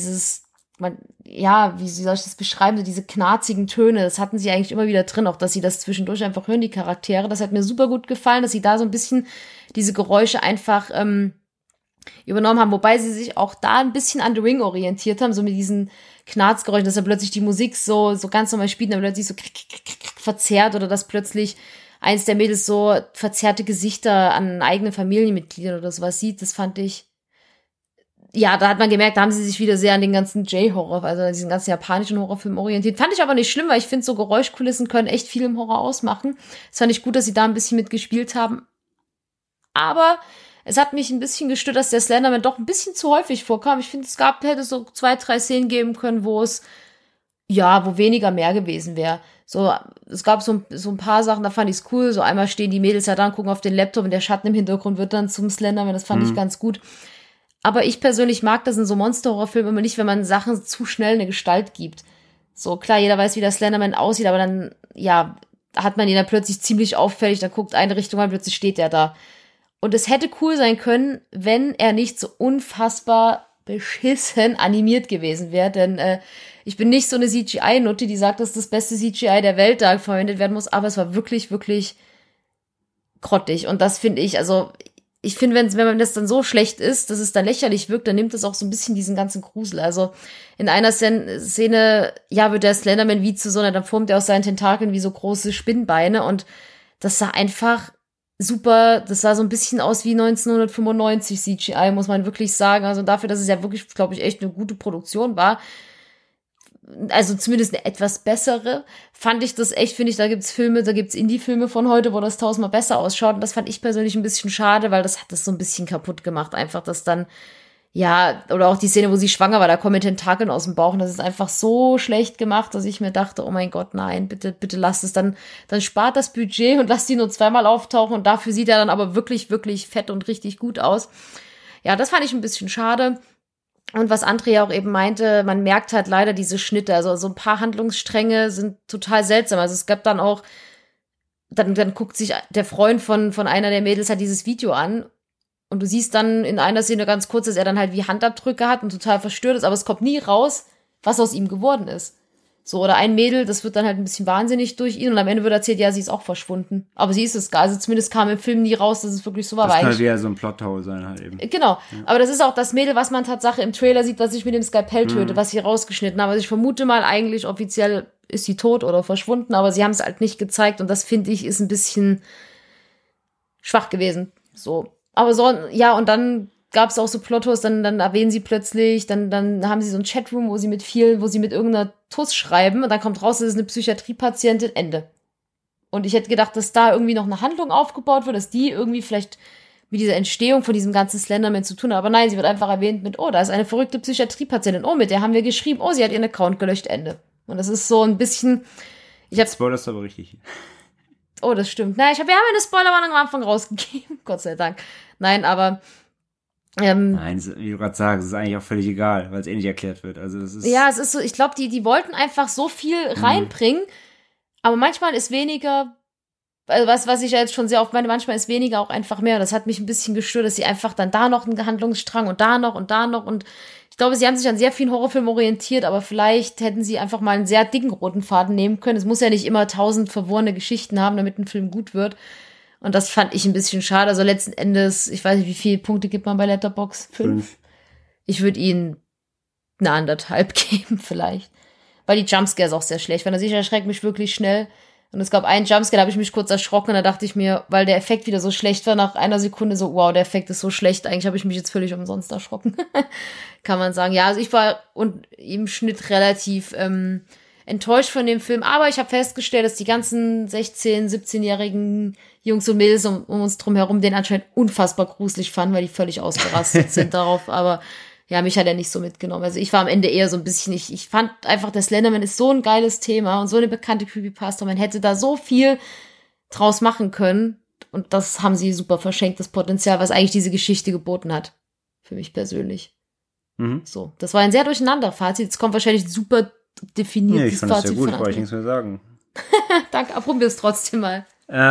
Speaker 3: soll ich das beschreiben, so diese knarzigen Töne, das hatten sie eigentlich immer wieder drin, auch dass sie das zwischendurch einfach hören, die Charaktere. Das hat mir super gut gefallen, dass sie da so ein bisschen diese Geräusche einfach übernommen haben, wobei sie sich auch da ein bisschen an The Ring orientiert haben, so mit diesen Knarzgeräuschen, dass er plötzlich die Musik so ganz normal spielt und dann plötzlich so verzerrt oder dass plötzlich eins der Mädels so verzerrte Gesichter an eigenen Familienmitgliedern oder sowas sieht. Das fand ich, ja, da hat man gemerkt, da haben sie sich wieder sehr an den ganzen J-Horror, also an diesen ganzen japanischen Horrorfilm orientiert. Fand ich aber nicht schlimm, weil ich finde, so Geräuschkulissen können echt viel im Horror ausmachen. Das fand ich gut, dass sie da ein bisschen mitgespielt haben. Aber es hat mich ein bisschen gestört, dass der Slenderman doch ein bisschen zu häufig vorkam. Ich finde, hätte so 2, 3 Szenen geben können, wo weniger mehr gewesen wäre. So, es gab so ein paar Sachen, da fand ich es cool. So einmal stehen die Mädels da und gucken auf den Laptop und der Schatten im Hintergrund wird dann zum Slenderman. Das fand ich ganz gut. Aber ich persönlich mag das in so Monster-Horror-Filmen immer nicht, wenn man Sachen zu schnell eine Gestalt gibt. So, klar, jeder weiß, wie der Slenderman aussieht, aber dann, ja, hat man ihn dann plötzlich ziemlich auffällig, dann guckt eine Richtung an, plötzlich steht er da. Und es hätte cool sein können, wenn er nicht so unfassbar beschissen animiert gewesen wäre, denn ich bin nicht so eine CGI-Nutte, die sagt, dass das beste CGI der Welt da verwendet werden muss, aber es war wirklich, wirklich grottig. Und das finde ich, also ich finde, wenn man das dann so schlecht ist, dass es dann lächerlich wirkt, dann nimmt es auch so ein bisschen diesen ganzen Grusel. Also in einer Szene, ja, wird der Slenderman wie zu so einer, dann formt er aus seinen Tentakeln wie so große Spinnbeine und das sah einfach super, das sah so ein bisschen aus wie 1995 CGI, muss man wirklich sagen. Also dafür, dass es ja wirklich, glaube ich, echt eine gute Produktion war, also zumindest eine etwas bessere, fand ich das echt, finde ich, da gibt's Indie-Filme von heute, wo das 1000-mal besser ausschaut. Und das fand ich persönlich ein bisschen schade, weil das hat das so ein bisschen kaputt gemacht. Einfach, dass dann, ja, oder auch die Szene, wo sie schwanger war, da kommen Tentakeln aus dem Bauch und das ist einfach so schlecht gemacht, dass ich mir dachte, oh mein Gott, nein, bitte, bitte lasst es. Dann spart das Budget und lasst die nur 2-mal auftauchen und dafür sieht er dann aber wirklich, wirklich fett und richtig gut aus. Ja, das fand ich ein bisschen schade. Und was Andrea auch eben meinte, man merkt halt leider diese Schnitte, also so ein paar Handlungsstränge sind total seltsam. Also es gab dann auch, dann guckt sich der Freund von einer der Mädels halt dieses Video an und du siehst dann in einer Szene ganz kurz, dass er dann halt wie Handabdrücke hat und total verstört ist, aber es kommt nie raus, was aus ihm geworden ist. So, oder ein Mädel, das wird dann halt ein bisschen wahnsinnig durch ihn und am Ende wird erzählt, ja, sie ist auch verschwunden. Aber sie ist es gar, also zumindest kam im Film nie raus, dass es wirklich so war.
Speaker 4: Das kann ja so ein Plothole sein halt eben.
Speaker 3: Genau, ja. Aber das ist auch das Mädel, was man Tatsache im Trailer sieht, was sich mit dem Skalpell tötet, was sie rausgeschnitten haben. Also ich vermute mal, eigentlich offiziell ist sie tot oder verschwunden, aber sie haben es halt nicht gezeigt und das, finde ich, ist ein bisschen schwach gewesen. So, aber so, ja, und dann gab es auch so Plottos, dann erwähnen sie plötzlich, dann haben sie so ein Chatroom, wo sie mit irgendeiner TUS schreiben und dann kommt raus, das ist eine Psychiatriepatientin, Ende. Und ich hätte gedacht, dass da irgendwie noch eine Handlung aufgebaut wird, dass die irgendwie vielleicht mit dieser Entstehung von diesem ganzen Slenderman zu tun hat. Aber nein, sie wird einfach erwähnt mit, oh, da ist eine verrückte Psychiatriepatientin, oh, mit der haben wir geschrieben, oh, sie hat ihren Account gelöscht, Ende. Und das ist so ein bisschen,
Speaker 4: Spoilerst aber richtig.
Speaker 3: Oh, das stimmt. Wir haben ja eine Spoilerwarnung am Anfang rausgegeben, Gott sei Dank. Nein, aber
Speaker 4: nein, wie du gerade sagst, ist eigentlich auch völlig egal, weil es eh nicht erklärt wird. Also das ist
Speaker 3: ja, es ist so, ich glaube, die wollten einfach so viel reinbringen, aber manchmal ist weniger, also was ich ja jetzt schon sehr oft meine, manchmal ist weniger auch einfach mehr. Und das hat mich ein bisschen gestört, dass sie einfach dann da noch einen Handlungsstrang und da noch und Ich glaube, sie haben sich an sehr vielen Horrorfilmen orientiert, aber vielleicht hätten sie einfach mal einen sehr dicken roten Faden nehmen können. Es muss ja nicht immer 1000 verworrene Geschichten haben, damit ein Film gut wird. Und das fand ich ein bisschen schade. Also letzten Endes, ich weiß nicht, wie viele Punkte gibt man bei Letterboxd? 5? Ich würde ihnen eine 1,5 geben vielleicht. Weil die Jumpscares auch sehr schlecht waren. Also ich erschrecke mich wirklich schnell. Und es gab einen Jumpscare, da habe ich mich kurz erschrocken. Und da dachte ich mir, weil der Effekt wieder so schlecht war, nach einer Sekunde so, wow, der Effekt ist so schlecht. Eigentlich habe ich mich jetzt völlig umsonst erschrocken. Kann man sagen. Ja, also ich war im Schnitt relativ enttäuscht von dem Film. Aber ich habe festgestellt, dass die ganzen 16-, 17-jährigen Jungs und Mädels um uns drum herum den anscheinend unfassbar gruselig fanden, weil die völlig ausgerastet sind darauf. Aber ja, mich hat er nicht so mitgenommen. Also ich war am Ende eher so ein bisschen, ich fand einfach, der Slenderman ist so ein geiles Thema und so eine bekannte Creepypasta. Man hätte da so viel draus machen können. Und das haben sie super verschenkt, das Potenzial, was eigentlich diese Geschichte geboten hat. Für mich persönlich. So, das war ein sehr durcheinander Fazit. Jetzt kommt wahrscheinlich super definiert.
Speaker 4: Nee, ich fand das sehr gut, wollte ich nichts mehr sagen.
Speaker 3: Danke, probier es trotzdem mal.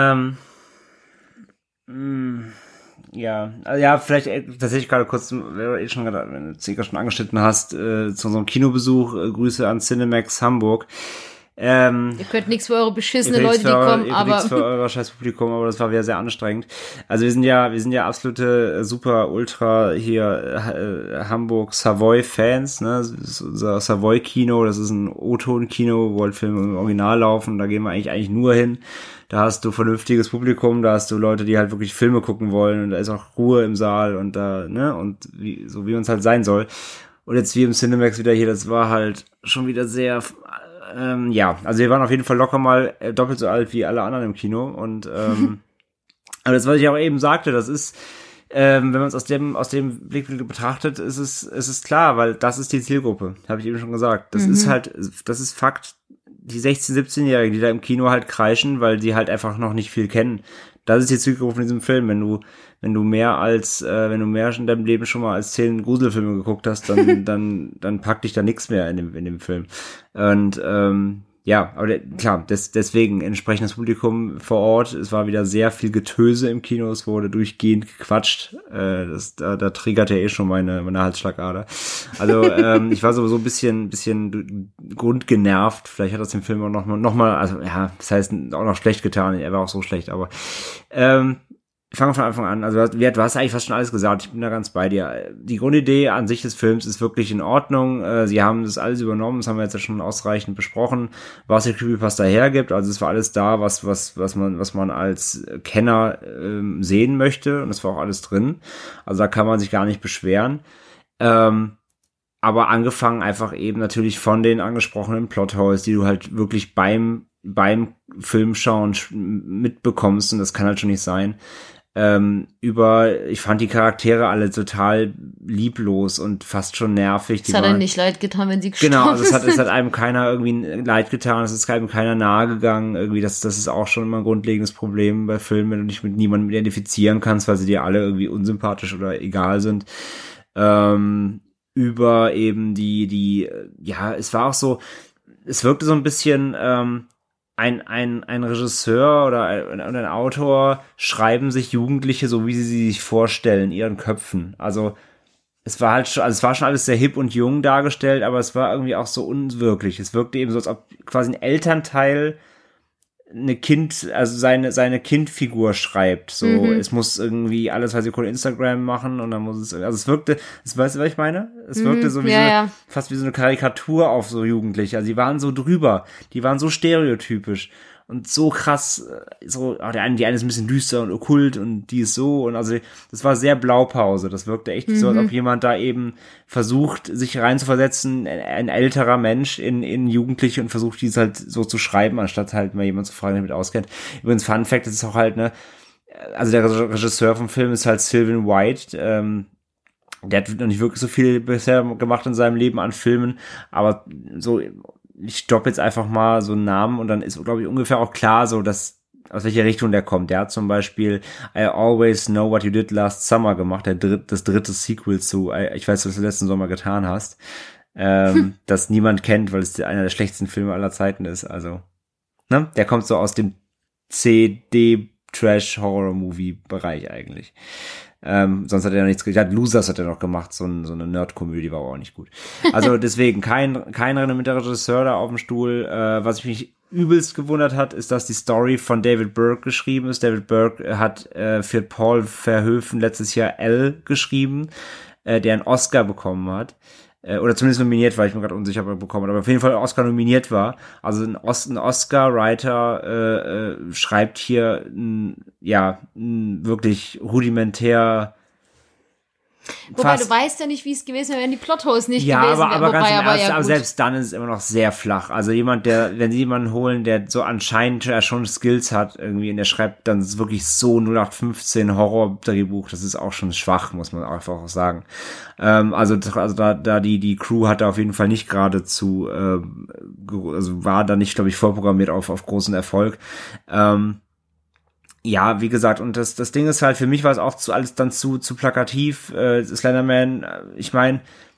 Speaker 4: Ja, vielleicht tatsächlich gerade kurz, wenn du schon angeschnitten hast, zu unserem Kinobesuch, Grüße an Cinemax Hamburg.
Speaker 3: Ihr könnt nichts für eure beschissene Leute, die kommen, aber
Speaker 4: nichts für euer scheiß Publikum, aber das war wieder sehr anstrengend. Also wir sind ja absolute super ultra hier Hamburg Savoy Fans, ne? Das ist unser Savoy Kino, das ist ein O-Ton Kino, wo halt Filme im Original laufen, da gehen wir eigentlich nur hin. Da hast du vernünftiges Publikum, da hast du Leute, die halt wirklich Filme gucken wollen und da ist auch Ruhe im Saal und da, ne, und so wie uns halt sein soll. Und jetzt wie im Cinemax wieder hier, das war halt schon wieder sehr, also wir waren auf jeden Fall locker mal doppelt so alt wie alle anderen im Kino und aber das, was ich auch eben sagte, das ist, wenn man es aus dem Blickwinkel betrachtet, ist es klar, weil das ist die Zielgruppe, habe ich eben schon gesagt. Das ist Fakt. Die 16-, 17-Jährigen, die da im Kino halt kreischen, weil die halt einfach noch nicht viel kennen. Das ist die Zielgruppe von diesem Film. Wenn du mehr in deinem Leben schon mal als 10 Gruselfilme geguckt hast, dann packt dich da nichts mehr in dem Film. Und ja, aber klar, deswegen entsprechendes Publikum vor Ort. Es war wieder sehr viel Getöse im Kino, es wurde durchgehend gequatscht. Da triggert ja eh schon meine Halsschlagader. Also ich war sowieso ein bisschen grundgenervt. Vielleicht hat das dem Film auch noch mal, also ja, das heißt auch noch schlecht getan. Er war auch so schlecht, aber ich fange von Anfang an. Also du hast eigentlich fast schon alles gesagt. Ich bin da ganz bei dir. Die Grundidee an sich des Films ist wirklich in Ordnung. Sie haben das alles übernommen. Das haben wir jetzt ja schon ausreichend besprochen, was die Creepypasta hergibt. Also es war alles da, was man als Kenner sehen möchte. Und es war auch alles drin. Also da kann man sich gar nicht beschweren. Aber angefangen einfach eben natürlich von den angesprochenen Plotholes, die du halt wirklich beim Filmschauen mitbekommst. Und das kann halt schon nicht sein. Ich fand die Charaktere alle total lieblos und fast schon nervig.
Speaker 3: Es hat einem nicht leid getan, wenn sie gestorben sind.
Speaker 4: Genau, also es hat einem keiner irgendwie leid getan, es ist einem keiner nahe gegangen. Irgendwie, das ist auch schon immer ein grundlegendes Problem bei Filmen, wenn du dich mit niemandem identifizieren kannst, weil sie dir alle irgendwie unsympathisch oder egal sind. Über eben ja, es war auch so, es wirkte so ein bisschen, ein Regisseur oder ein Autor schreiben sich Jugendliche so, wie sie sich vorstellen, in ihren Köpfen. Also es war schon alles sehr hip und jung dargestellt, aber es war irgendwie auch so unwirklich. Es wirkte eben so, als ob quasi ein Elternteil seine Kindfigur schreibt. So, es muss irgendwie alle 2 Sekunden Instagram machen und dann muss es, also es wirkte, weißt du, was ich meine? Es wirkte so wie fast wie so eine Karikatur auf so Jugendliche. Also die waren so drüber, die waren so stereotypisch und so krass, so, die eine ist ein bisschen düster und okkult und die ist so und also das war sehr Blaupause. Das wirkte echt so, als ob jemand da eben versucht, sich reinzuversetzen, ein älterer Mensch in Jugendliche und versucht, dies halt so zu schreiben, anstatt halt mal jemand zu fragen, der damit auskennt. Übrigens, Fun Fact, das ist auch halt, ne, also der Regisseur vom Film ist halt Sylvan White, der hat noch nicht wirklich so viel bisher gemacht in seinem Leben an Filmen, aber so, ich stoppe jetzt einfach mal so einen Namen und dann ist, glaube ich, ungefähr auch klar, so dass aus welcher Richtung der kommt. Der hat zum Beispiel I Always Know What You Did Last Summer gemacht, das dritte Sequel zu ich weiß, was du letzten Sommer getan hast, das niemand kennt, weil es einer der schlechtesten Filme aller Zeiten ist. Also, ne? Der kommt so aus dem Trash-Horror-Movie-Bereich eigentlich. Sonst hat er noch nichts gemacht. Losers hat er noch gemacht, so eine Nerd-Komödie war aber auch nicht gut. Also deswegen kein renommierter Regisseur da auf dem Stuhl. Was ich mich übelst gewundert hat, ist, dass die Story von David Burke geschrieben ist. David Burke hat für Paul Verhoeven letztes Jahr Elle geschrieben, der einen Oscar bekommen hat. Oder zumindest nominiert war, ich bin gerade unsicher, ob er bekommen hat, aber auf jeden Fall Oscar nominiert war. Also ein Oscar-Writer schreibt hier ein wirklich rudimentär.
Speaker 3: Wobei du weißt ja nicht, wie es gewesen wäre, wenn die Plotholes nicht gewesen wären.
Speaker 4: Aber selbst dann ist es immer noch sehr flach. Also wenn sie jemanden holen, der so anscheinend schon Skills hat irgendwie und der schreibt dann wirklich so 0815 Horror-Drehbuch, das ist auch schon schwach, muss man einfach auch sagen. Also da die Crew hatte auf jeden Fall nicht geradezu, also war da nicht, glaube ich, vorprogrammiert auf großen Erfolg. Ja, wie gesagt, und das Ding ist halt, für mich war es auch alles dann zu plakativ. Slenderman, ich meine,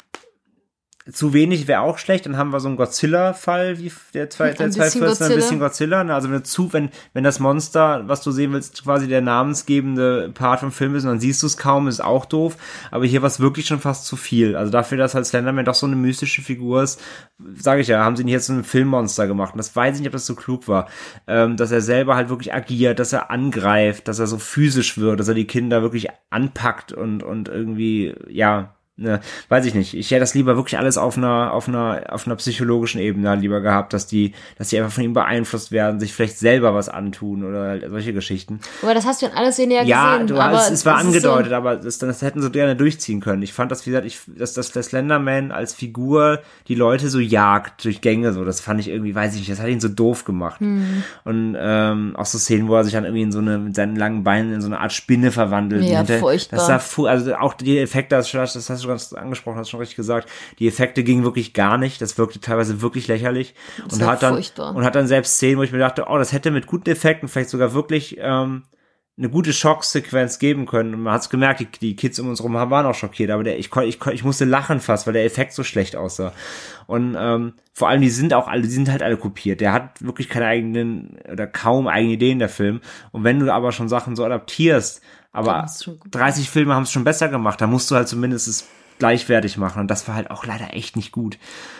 Speaker 4: zu wenig wäre auch schlecht, dann haben wir so einen Godzilla-Fall, wie der 2014, ein bisschen Godzilla. Also wenn das Monster, was du sehen willst, quasi der namensgebende Part vom Film ist und dann siehst du es kaum, ist auch doof. Aber hier war es wirklich schon fast zu viel. Also dafür, dass halt Slenderman doch so eine mystische Figur ist, sage ich ja, haben sie nicht jetzt so ein Filmmonster gemacht. Und das weiß ich nicht, ob das so klug war. Dass er selber halt wirklich agiert, dass er angreift, dass er so physisch wird, dass er die Kinder wirklich anpackt und irgendwie, ja, ne, weiß ich nicht. Ich hätte das lieber wirklich alles auf einer psychologischen Ebene lieber gehabt, dass die einfach von ihm beeinflusst werden, sich vielleicht selber was antun oder halt solche Geschichten.
Speaker 3: Aber das hast du in alles Szene gesehen.
Speaker 4: Ja, es war angedeutet, so, aber das hätten sie gerne durchziehen können. Ich fand das, wie gesagt, dass der Slenderman als Figur die Leute so jagt durch Gänge, so, das fand ich irgendwie, weiß ich nicht, das hat ihn so doof gemacht. Und auch so Szenen, wo er sich dann irgendwie mit seinen langen Beinen in so eine Art Spinne verwandelt.
Speaker 3: Ja, furchtbar.
Speaker 4: Das sah also auch die Effekte, das hast du ganz angesprochen, hast schon richtig gesagt, die Effekte gingen wirklich gar nicht, das wirkte teilweise wirklich lächerlich und hat dann selbst Szenen, wo ich mir dachte, oh, das hätte mit guten Effekten vielleicht sogar wirklich eine gute Schocksequenz geben können und man hat es gemerkt, die Kids um uns rum waren auch schockiert, aber ich musste lachen fast, weil der Effekt so schlecht aussah und vor allem die sind halt alle kopiert, der hat wirklich keine eigenen oder kaum eigene Ideen, der Film, und wenn du aber schon Sachen so adaptierst, aber 30 Filme haben es schon besser gemacht, da musst du halt zumindest es gleichwertig machen und das war halt auch leider echt nicht gut.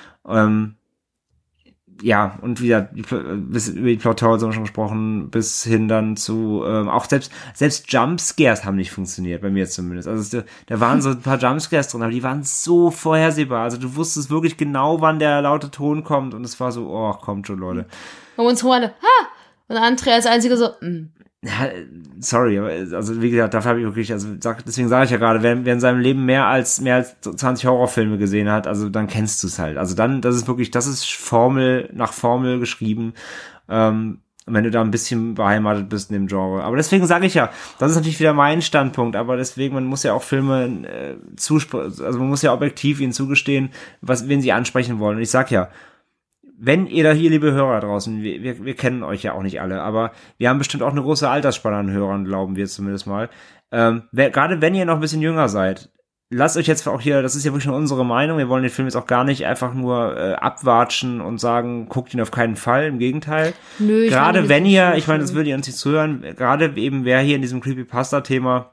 Speaker 4: Ja, und wieder über die Plot-Holes haben wir schon gesprochen, bis hin dann zu auch selbst Jumpscares haben nicht funktioniert, bei mir zumindest. Also da waren so ein paar Jumpscares drin, aber die waren so vorhersehbar. Also du wusstest wirklich genau, wann der laute Ton kommt und es war so, oh, kommt schon, Leute.
Speaker 3: Und uns Horne, ha! Und Andrea als einziger so,
Speaker 4: Ja, sorry, aber also wie gesagt, dafür habe ich wirklich, deswegen sage ich ja gerade, wer in seinem Leben mehr als 20 Horrorfilme gesehen hat, also dann kennst du es halt. Also dann, das ist Formel nach Formel geschrieben, wenn du da ein bisschen beheimatet bist in dem Genre. Aber deswegen sage ich ja, das ist natürlich wieder mein Standpunkt, aber deswegen, man muss ja auch Filme also man muss ja objektiv ihnen zugestehen, wen sie ansprechen wollen. Und ich sag ja, wenn ihr da hier, liebe Hörer draußen, wir kennen euch ja auch nicht alle, aber wir haben bestimmt auch eine große Altersspanne an Hörern, glauben wir zumindest mal. Gerade wenn ihr noch ein bisschen jünger seid, lasst euch jetzt auch hier, das ist ja wirklich nur unsere Meinung, wir wollen den Film jetzt auch gar nicht einfach nur abwatschen und sagen, guckt ihn auf keinen Fall, im Gegenteil.
Speaker 3: Nö,
Speaker 4: gerade wenn ihr, ich meine, das würde ihr uns nicht zuhören, gerade eben wer hier in diesem Creepypasta-Thema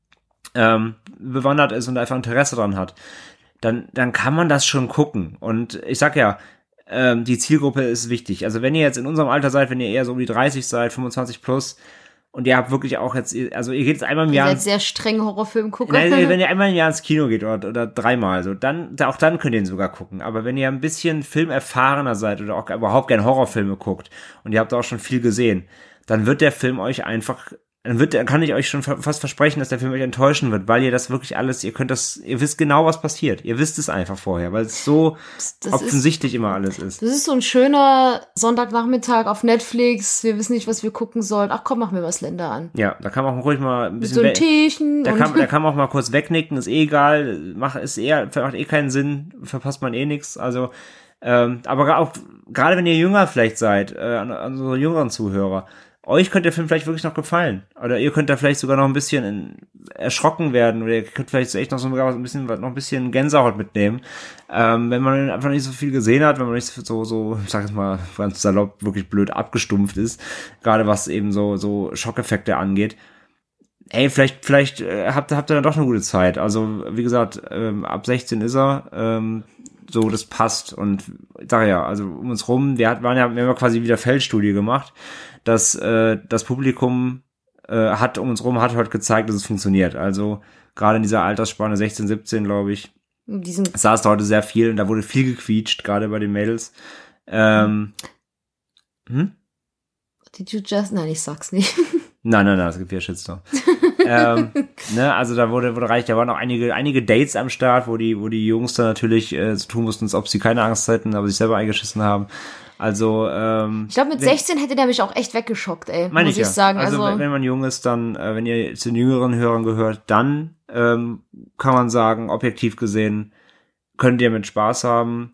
Speaker 4: bewandert ist und einfach Interesse dran hat, dann kann man das schon gucken. Und ich sag ja, die Zielgruppe ist wichtig. Also wenn ihr jetzt in unserem Alter seid, wenn ihr eher so um die 30 seid, 25 plus, und ihr habt wirklich auch jetzt, also ihr geht jetzt einmal im Jahr.
Speaker 3: Ihr seid sehr streng Horrorfilm gucken.
Speaker 4: Wenn ihr einmal im Jahr ins Kino geht oder dreimal, so, auch dann könnt ihr ihn sogar gucken. Aber wenn ihr ein bisschen filmerfahrener seid oder auch überhaupt gerne Horrorfilme guckt und ihr habt auch schon viel gesehen, dann wird der Film euch einfach, dann kann ich euch schon fast versprechen, dass der Film euch enttäuschen wird, weil ihr das wirklich alles, ihr wisst genau, was passiert. Ihr wisst es einfach vorher, weil es so offensichtlich immer alles ist.
Speaker 3: Das ist so ein schöner Sonntagnachmittag auf Netflix. Wir wissen nicht, was wir gucken sollen. Ach komm, machen wir was Länder an.
Speaker 4: Ja, da kann man auch ruhig mal ein bisschen
Speaker 3: so ein Teechen.
Speaker 4: Da kann man auch mal kurz wegnicken, ist egal, macht keinen Sinn, verpasst man nichts. Also, aber auch, gerade wenn ihr jünger vielleicht seid, an unsere jüngeren Zuhörer, euch könnte der Film vielleicht wirklich noch gefallen. Oder ihr könnt da vielleicht sogar noch ein bisschen erschrocken werden oder ihr könnt vielleicht so echt noch noch ein bisschen Gänsehaut mitnehmen. Wenn man einfach nicht so viel gesehen hat, wenn man nicht so, ich sag jetzt mal, ganz salopp, wirklich blöd abgestumpft ist, gerade was eben so Schockeffekte angeht. Ey, vielleicht habt ihr dann doch eine gute Zeit. Also, wie gesagt, ab 16 ist er, so, das passt. Und ich sage ja, also um uns rum, wir haben ja quasi wieder Feldstudie gemacht, dass das Publikum hat heute gezeigt, dass es funktioniert. Also gerade in dieser Altersspanne 16, 17, glaube ich, saß da heute sehr viel und da wurde viel gequietscht, gerade bei den Mädels.
Speaker 3: Did you just... Nein, ich sag's nicht.
Speaker 4: Nein, es gibt ja Shitstorm. Also da waren auch einige Dates am Start, wo die Jungs dann natürlich so tun mussten, als ob sie keine Angst hätten, aber sich selber eingeschissen haben. Also
Speaker 3: ich glaube, mit 16 hätte der mich auch echt weggeschockt, ey, muss ich sagen.
Speaker 4: Also wenn man jung ist, dann, wenn ihr zu den jüngeren Hörern gehört, dann kann man sagen, objektiv gesehen, könnt ihr mit Spaß haben,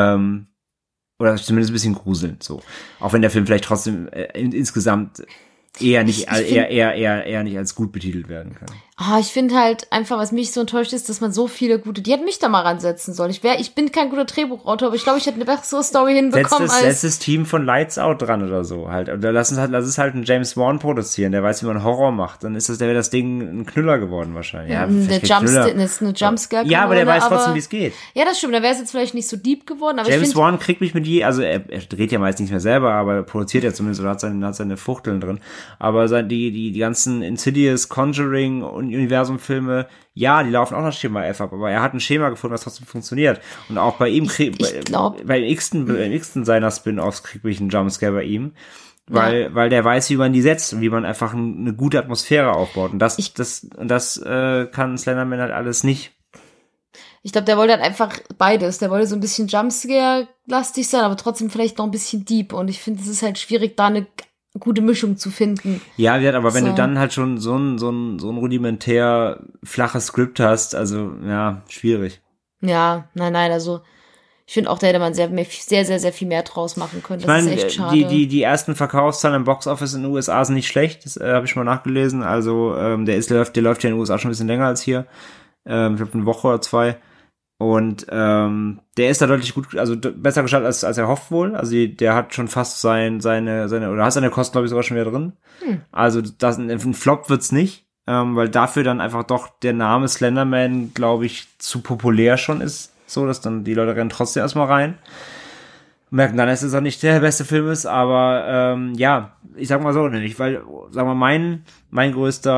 Speaker 4: oder zumindest ein bisschen gruseln, so. Auch wenn der Film vielleicht trotzdem insgesamt eher nicht als gut betitelt werden kann.
Speaker 3: Ich finde halt einfach, was mich so enttäuscht ist, dass man so viele gute, die hätten mich da mal ransetzen sollen. Ich bin kein guter Drehbuchautor, aber ich glaube, ich hätte eine bessere Story hinbekommen.
Speaker 4: Setz das Team von Lights Out dran oder so halt. Oder lass es halt einen James Wan produzieren, der weiß, wie man Horror macht. Dann wäre das Ding ein Knüller geworden wahrscheinlich. Ja,
Speaker 3: eine Jumpscare.
Speaker 4: Ja, aber der weiß trotzdem, wie es geht.
Speaker 3: Ja, das stimmt. Da wäre es jetzt vielleicht nicht so deep geworden. Aber
Speaker 4: James Wan kriegt mich also er dreht ja meist nicht mehr selber, aber er produziert ja zumindest oder hat seine Fuchteln drin. Aber die ganzen Insidious, Conjuring und Universum-Filme, ja, die laufen auch nach Schema F ab, aber er hat ein Schema gefunden, was trotzdem funktioniert. Und auch bei ihm, beim x-ten seiner Spin-Offs kriege ich einen Jumpscare bei ihm, weil der weiß, wie man die setzt und wie man einfach eine gute Atmosphäre aufbaut. Und das kann Slenderman halt alles nicht.
Speaker 3: Ich glaube, der wollte halt einfach beides. Der wollte so ein bisschen Jumpscare-lastig sein, aber trotzdem vielleicht noch ein bisschen deep. Und ich finde, es ist halt schwierig, da eine gute Mischung zu finden.
Speaker 4: Ja, aber wenn du dann halt schon so ein rudimentär flaches Skript hast, also ja, schwierig.
Speaker 3: Ja, nein, also ich finde auch, da hätte man sehr, sehr viel mehr draus machen können. Das ist echt schade.
Speaker 4: Die ersten Verkaufszahlen im Boxoffice in den USA sind nicht schlecht, das habe ich mal nachgelesen. Also der läuft ja in den USA schon ein bisschen länger als hier. Ich glaube eine Woche oder 2. Und der ist da deutlich besser gestartet als er hofft wohl. Also der hat schon fast seine Kosten, glaube ich, sogar schon wieder drin. Also ein Flop wird's nicht, weil dafür dann einfach doch der Name Slenderman, glaube ich, zu populär schon ist. So, dass dann die Leute rennen trotzdem erstmal rein. Merken dann, dass es auch nicht der beste Film ist, aber ich sag mal so, nämlich, weil, sagen wir, meine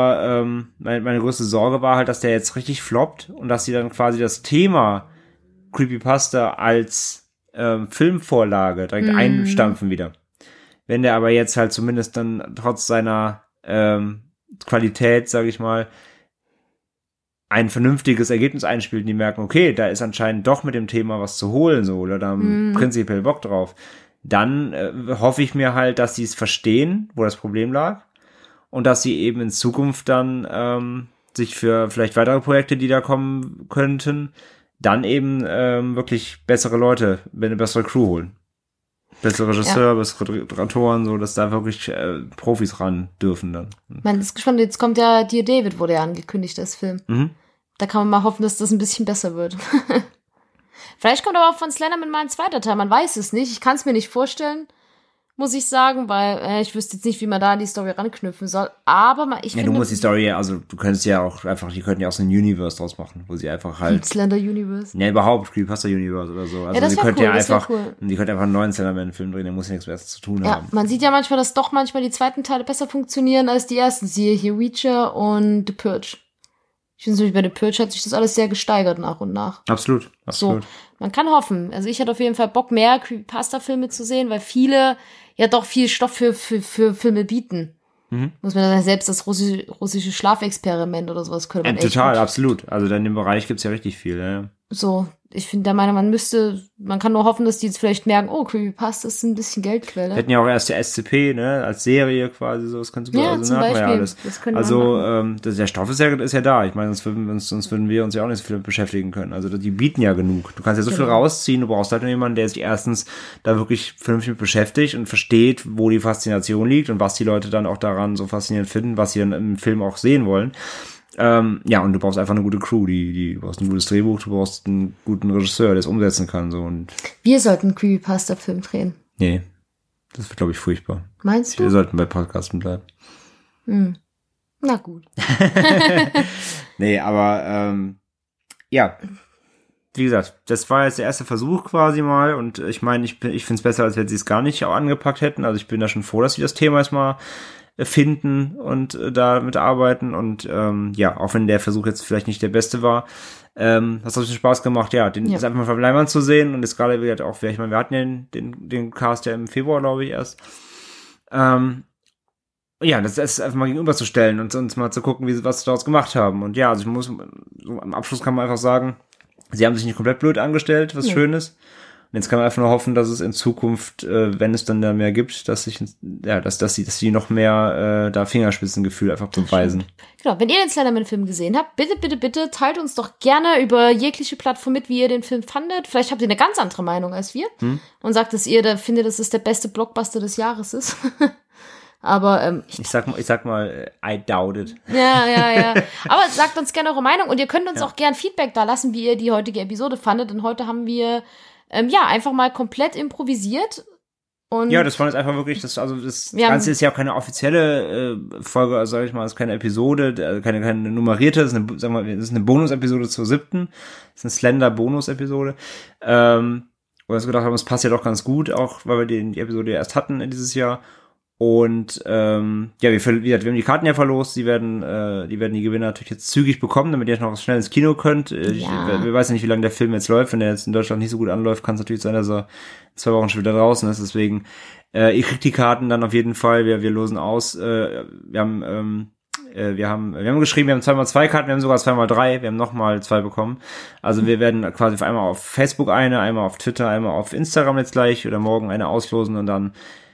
Speaker 4: größte Sorge war halt, dass der jetzt richtig floppt und dass sie dann quasi das Thema Creepypasta als Filmvorlage direkt einstampfen wieder. Wenn der aber jetzt halt zumindest dann trotz seiner Qualität, sage ich mal, ein vernünftiges Ergebnis einspielt und die merken, okay, da ist anscheinend doch mit dem Thema was zu holen, so, oder da haben prinzipiell Bock drauf. Dann hoffe ich mir halt, dass sie es verstehen, wo das Problem lag, und dass sie eben in Zukunft dann sich für vielleicht weitere Projekte, die da kommen könnten, dann eben wirklich bessere Leute, eine bessere Crew holen. Bessere Regisseur, bessere Drehbuchautoren, so, dass da wirklich Profis ran dürfen dann.
Speaker 3: Man ist gespannt, jetzt kommt ja Dear David, wurde ja angekündigt, das Film. Da kann man mal hoffen, dass das ein bisschen besser wird. Vielleicht kommt aber auch von Slenderman mal ein zweiter Teil, man weiß es nicht. Ich kann es mir nicht vorstellen, muss ich sagen, weil ich wüsste jetzt nicht, wie man da an die Story ranknüpfen soll. Aber ich finde...
Speaker 4: du musst die Story, also du könntest ja auch einfach, die könnten ja auch so ein Universe draus machen, wo sie einfach halt...
Speaker 3: Slender Universe?
Speaker 4: Ne, überhaupt, Creepypasta Universe oder so. Also
Speaker 3: ja, das wäre cool,
Speaker 4: die könnten einfach einen neuen Slenderman-Film drehen, der muss ja nichts mehr zu tun haben.
Speaker 3: Man sieht ja manchmal, dass doch manchmal die zweiten Teile besser funktionieren als die ersten. Siehe hier Reacher und The Purge. Ich finde nämlich, bei The Purge hat sich das alles sehr gesteigert nach und nach.
Speaker 4: Absolut.
Speaker 3: So, man kann hoffen. Also ich hatte auf jeden Fall Bock, mehr Creepypasta-Filme zu sehen, weil viele ja doch viel Stoff für Filme bieten. Muss man dann selbst das russische Schlafexperiment oder sowas könnte man echt
Speaker 4: total,
Speaker 3: gut.
Speaker 4: Absolut. Also in dem Bereich gibt's ja richtig viel, ja.
Speaker 3: So, ich finde der Meinung, man kann nur hoffen, dass die jetzt vielleicht merken, oh, Creepypasta ist ein bisschen Geldquelle.
Speaker 4: Wir hätten ja auch erst der SCP, ne, als Serie quasi, so, das könnte
Speaker 3: ja, zum Beispiel. Ja alles.
Speaker 4: Das also, der Stoff ist ja da. Ich meine, sonst würden wir uns ja auch nicht so viel beschäftigen können. Also, die bieten ja genug. Du kannst ja so viel rausziehen, du brauchst halt nur jemanden, der sich erstens da wirklich vernünftig mit beschäftigt und versteht, wo die Faszination liegt und was die Leute dann auch daran so faszinierend finden, was sie dann im Film auch sehen wollen. Ja, und du brauchst einfach eine gute Crew, du brauchst ein gutes Drehbuch, du brauchst einen guten Regisseur, der es umsetzen kann, so, und.
Speaker 3: Wir sollten einen Creepypasta-Film drehen.
Speaker 4: Nee. Das wird, glaube ich, furchtbar.
Speaker 3: Meinst du?
Speaker 4: Wir sollten bei Podcasten bleiben.
Speaker 3: Na gut.
Speaker 4: Nee, aber, ja. Wie gesagt, das war jetzt der erste Versuch quasi mal, und ich meine, ich finde es besser, als wenn sie es gar nicht auch angepackt hätten. Also ich bin da schon froh, dass sie das Thema erstmal finden und damit arbeiten, und ja, auch wenn der Versuch jetzt vielleicht nicht der beste war, hat es ein bisschen Spaß gemacht, ja, den ist einfach mal von Leinwand zu sehen, und ist gerade wieder auch, ich meine, wir hatten ja den Cast ja im Februar, glaube ich, erst. Ja, das ist einfach mal gegenüberzustellen und uns mal zu gucken, was sie daraus gemacht haben. Und ja, also ich muss, so am Abschluss kann man einfach sagen, sie haben sich nicht komplett blöd angestellt, was schön ist. Und jetzt kann man einfach nur hoffen, dass es in Zukunft, wenn es dann da mehr gibt, dass sie noch mehr da Fingerspitzengefühl einfach beweisen.
Speaker 3: Genau, wenn ihr den Slenderman-Film gesehen habt, bitte teilt uns doch gerne über jegliche Plattform mit, wie ihr den Film fandet. Vielleicht habt ihr eine ganz andere Meinung als wir und sagt, dass ihr da findet, dass es der beste Blockbuster des Jahres ist. Aber ich
Speaker 4: sag mal, I doubt it.
Speaker 3: Ja. Aber sagt uns gerne eure Meinung, und ihr könnt uns auch gern Feedback da lassen, wie ihr die heutige Episode fandet. Denn heute haben wir einfach mal komplett improvisiert. Und
Speaker 4: ja, das war jetzt einfach wirklich, das Ganze ist ja auch keine offizielle Folge, also sag ich mal, es ist keine Episode, keine nummerierte, es ist eine Bonus-Episode zur 7. Es ist eine Slender-Bonus-Episode. Wo wir uns gedacht haben, es passt ja doch ganz gut, auch weil wir die Episode ja erst hatten dieses Jahr. Und wir haben die Karten ja verlost, die werden die Gewinner natürlich jetzt zügig bekommen, damit ihr noch schnell ins Kino könnt. Wir weiß ja nicht, wie lange der Film jetzt läuft. Wenn der jetzt in Deutschland nicht so gut anläuft, kann es natürlich sein, dass er 2 Wochen schon wieder draußen ist. Deswegen, ihr kriegt die Karten dann auf jeden Fall. Wir losen aus. Wir haben geschrieben, wir haben 2x2 Karten, wir haben sogar 2x3, wir haben nochmal 2 bekommen. Also wir werden quasi einmal auf Facebook einmal auf Twitter, einmal auf Instagram jetzt gleich oder morgen eine auslosen, und dann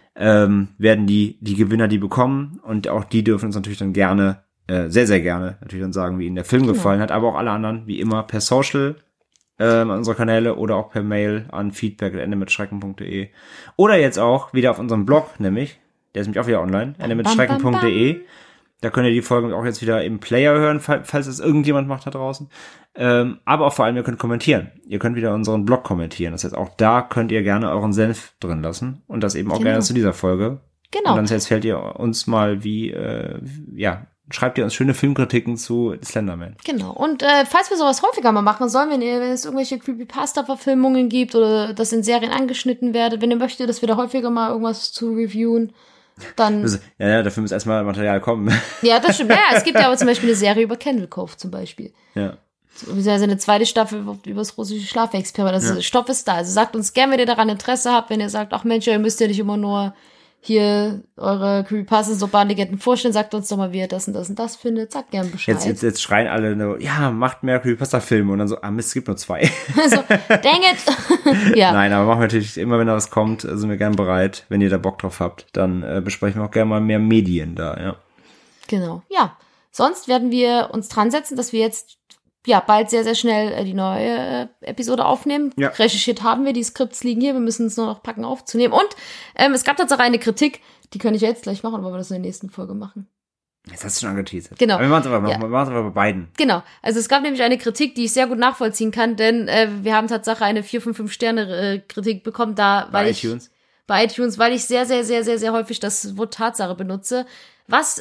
Speaker 4: werden die Gewinner die bekommen, und auch die dürfen uns natürlich dann gerne, sehr, sehr gerne, natürlich dann sagen, wie ihnen der Film gefallen hat, aber auch alle anderen, wie immer, per Social an unsere Kanäle oder auch per Mail an feedback@endemitschrecken.de oder jetzt auch wieder auf unserem Blog, nämlich, der ist nämlich auch wieder online, endemitschrecken.de. Da könnt ihr die Folge auch jetzt wieder im Player hören, falls es irgendjemand macht da draußen. Aber auch vor allem, ihr könnt kommentieren. Ihr könnt wieder unseren Blog kommentieren. Das heißt, auch da könnt ihr gerne euren Senf drin lassen. Und das eben auch gerne zu dieser Folge.
Speaker 3: Genau.
Speaker 4: Und dann erzählt ihr uns mal, schreibt ihr uns schöne Filmkritiken zu Slenderman.
Speaker 3: Genau. Und falls wir sowas häufiger mal machen sollen, wenn es irgendwelche Creepypasta-Verfilmungen gibt oder das in Serien angeschnitten werdet, wenn ihr möchtet, dass wir da häufiger mal irgendwas zu reviewen, dann...
Speaker 4: Ja, dafür muss erstmal Material kommen.
Speaker 3: Ja, das stimmt. Ja, es gibt ja aber zum Beispiel eine Serie über Candle Cove zum Beispiel.
Speaker 4: Ja.
Speaker 3: Also eine zweite Staffel über das russische Schlafexperiment. Also Stoff ist da. Also sagt uns gerne, wenn ihr daran Interesse habt, wenn ihr sagt, ach Mensch, ihr müsst ja nicht immer nur hier eure Creepypastas so Legenden vorstellen, sagt uns doch mal, wie ihr das und das und das findet. Sagt gerne Bescheid.
Speaker 4: Jetzt schreien alle nur, ja, macht mehr Creepypasta-Filme, und dann so, Mist, es gibt nur 2.
Speaker 3: Also, dang it. Ja.
Speaker 4: Nein, aber machen wir natürlich immer, wenn da was kommt, sind wir gern bereit. Wenn ihr da Bock drauf habt, dann besprechen wir auch gerne mal mehr Medien da, ja.
Speaker 3: Genau, ja. Sonst werden wir uns dran setzen, dass wir jetzt bald sehr, sehr schnell die neue Episode aufnehmen. Ja. Recherchiert haben wir, die Skripts liegen hier, wir müssen es nur noch packen aufzunehmen. Und es gab tatsächlich eine Kritik, die könnte ich ja jetzt gleich machen, weil wir das in der nächsten Folge machen.
Speaker 4: Jetzt hast du schon angeteasert.
Speaker 3: Genau.
Speaker 4: Aber wir machen es aber bei beiden.
Speaker 3: Genau. Also es gab nämlich eine Kritik, die ich sehr gut nachvollziehen kann, denn wir haben tatsächlich eine 4 von 5 Sterne Kritik bekommen, bei iTunes, weil ich sehr, sehr, sehr, sehr, sehr häufig das Wort Tatsache benutze. Was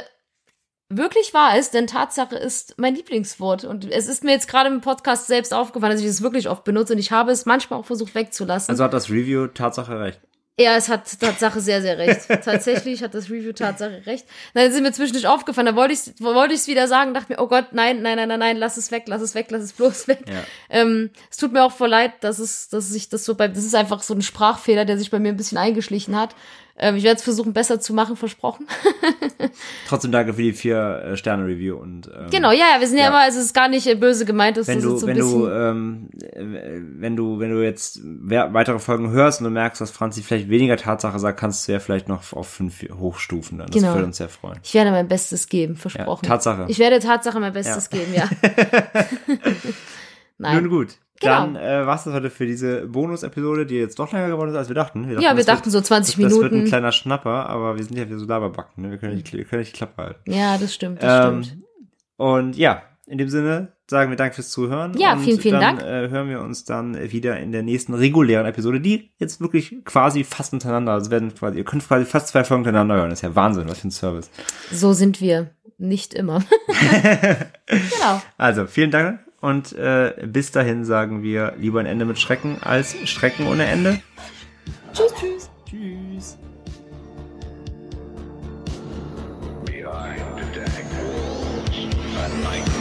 Speaker 3: wirklich wahr ist, denn Tatsache ist mein Lieblingswort. Und es ist mir jetzt gerade im Podcast selbst aufgefallen, dass ich es wirklich oft benutze, und ich habe es manchmal auch versucht wegzulassen.
Speaker 4: Also hat das Review Tatsache recht?
Speaker 3: Ja, es hat Tatsache sehr, sehr recht. Tatsächlich hat das Review Tatsache recht. Dann sind mir zwischendurch aufgefallen, da wollte ich es wieder sagen, dachte mir, oh Gott, nein, lass es weg, lass es bloß weg. Ja. Es tut mir auch voll leid, das ist einfach so ein Sprachfehler, der sich bei mir ein bisschen eingeschlichen hat. Ich werde es versuchen, besser zu machen, versprochen.
Speaker 4: Trotzdem danke für die 4-Sterne-Review. Und
Speaker 3: genau, ja, wir sind ja immer, also es ist gar nicht böse gemeint, dass
Speaker 4: wenn du jetzt weitere Folgen hörst und du merkst, dass Franzi vielleicht weniger Tatsache sagt, kannst du ja vielleicht noch auf 5 hochstufen dann. Das würde uns sehr freuen.
Speaker 3: Ich werde mein Bestes geben, versprochen.
Speaker 4: Ja, Tatsache.
Speaker 3: Ich werde Tatsache mein Bestes geben, ja.
Speaker 4: Nein. Nun gut.
Speaker 3: Genau.
Speaker 4: Dann war es das heute für diese Bonus-Episode, die jetzt doch länger geworden ist, als wir dachten.
Speaker 3: Wir dachten so 20 Minuten.
Speaker 4: Das wird ein kleiner Schnapper, aber wir sind ja wieder so Laberbacken. Ne? Wir können nicht die Klappe halten.
Speaker 3: Ja, das stimmt.
Speaker 4: Und ja, in dem Sinne sagen wir Dank fürs Zuhören.
Speaker 3: Ja,
Speaker 4: und
Speaker 3: vielen
Speaker 4: dann,
Speaker 3: Dank.
Speaker 4: Hören wir uns dann wieder in der nächsten regulären Episode, die jetzt wirklich quasi fast hintereinander, also ihr könnt quasi fast 2 Folgen hintereinander hören. Das ist ja Wahnsinn, was für ein Service.
Speaker 3: So sind wir. Nicht immer. Genau.
Speaker 4: Also, vielen Dank und bis dahin sagen wir lieber ein Ende mit Schrecken als Schrecken ohne Ende.
Speaker 3: Tschüss, tschüss.
Speaker 4: Tschüss.
Speaker 5: Behind the deck, a night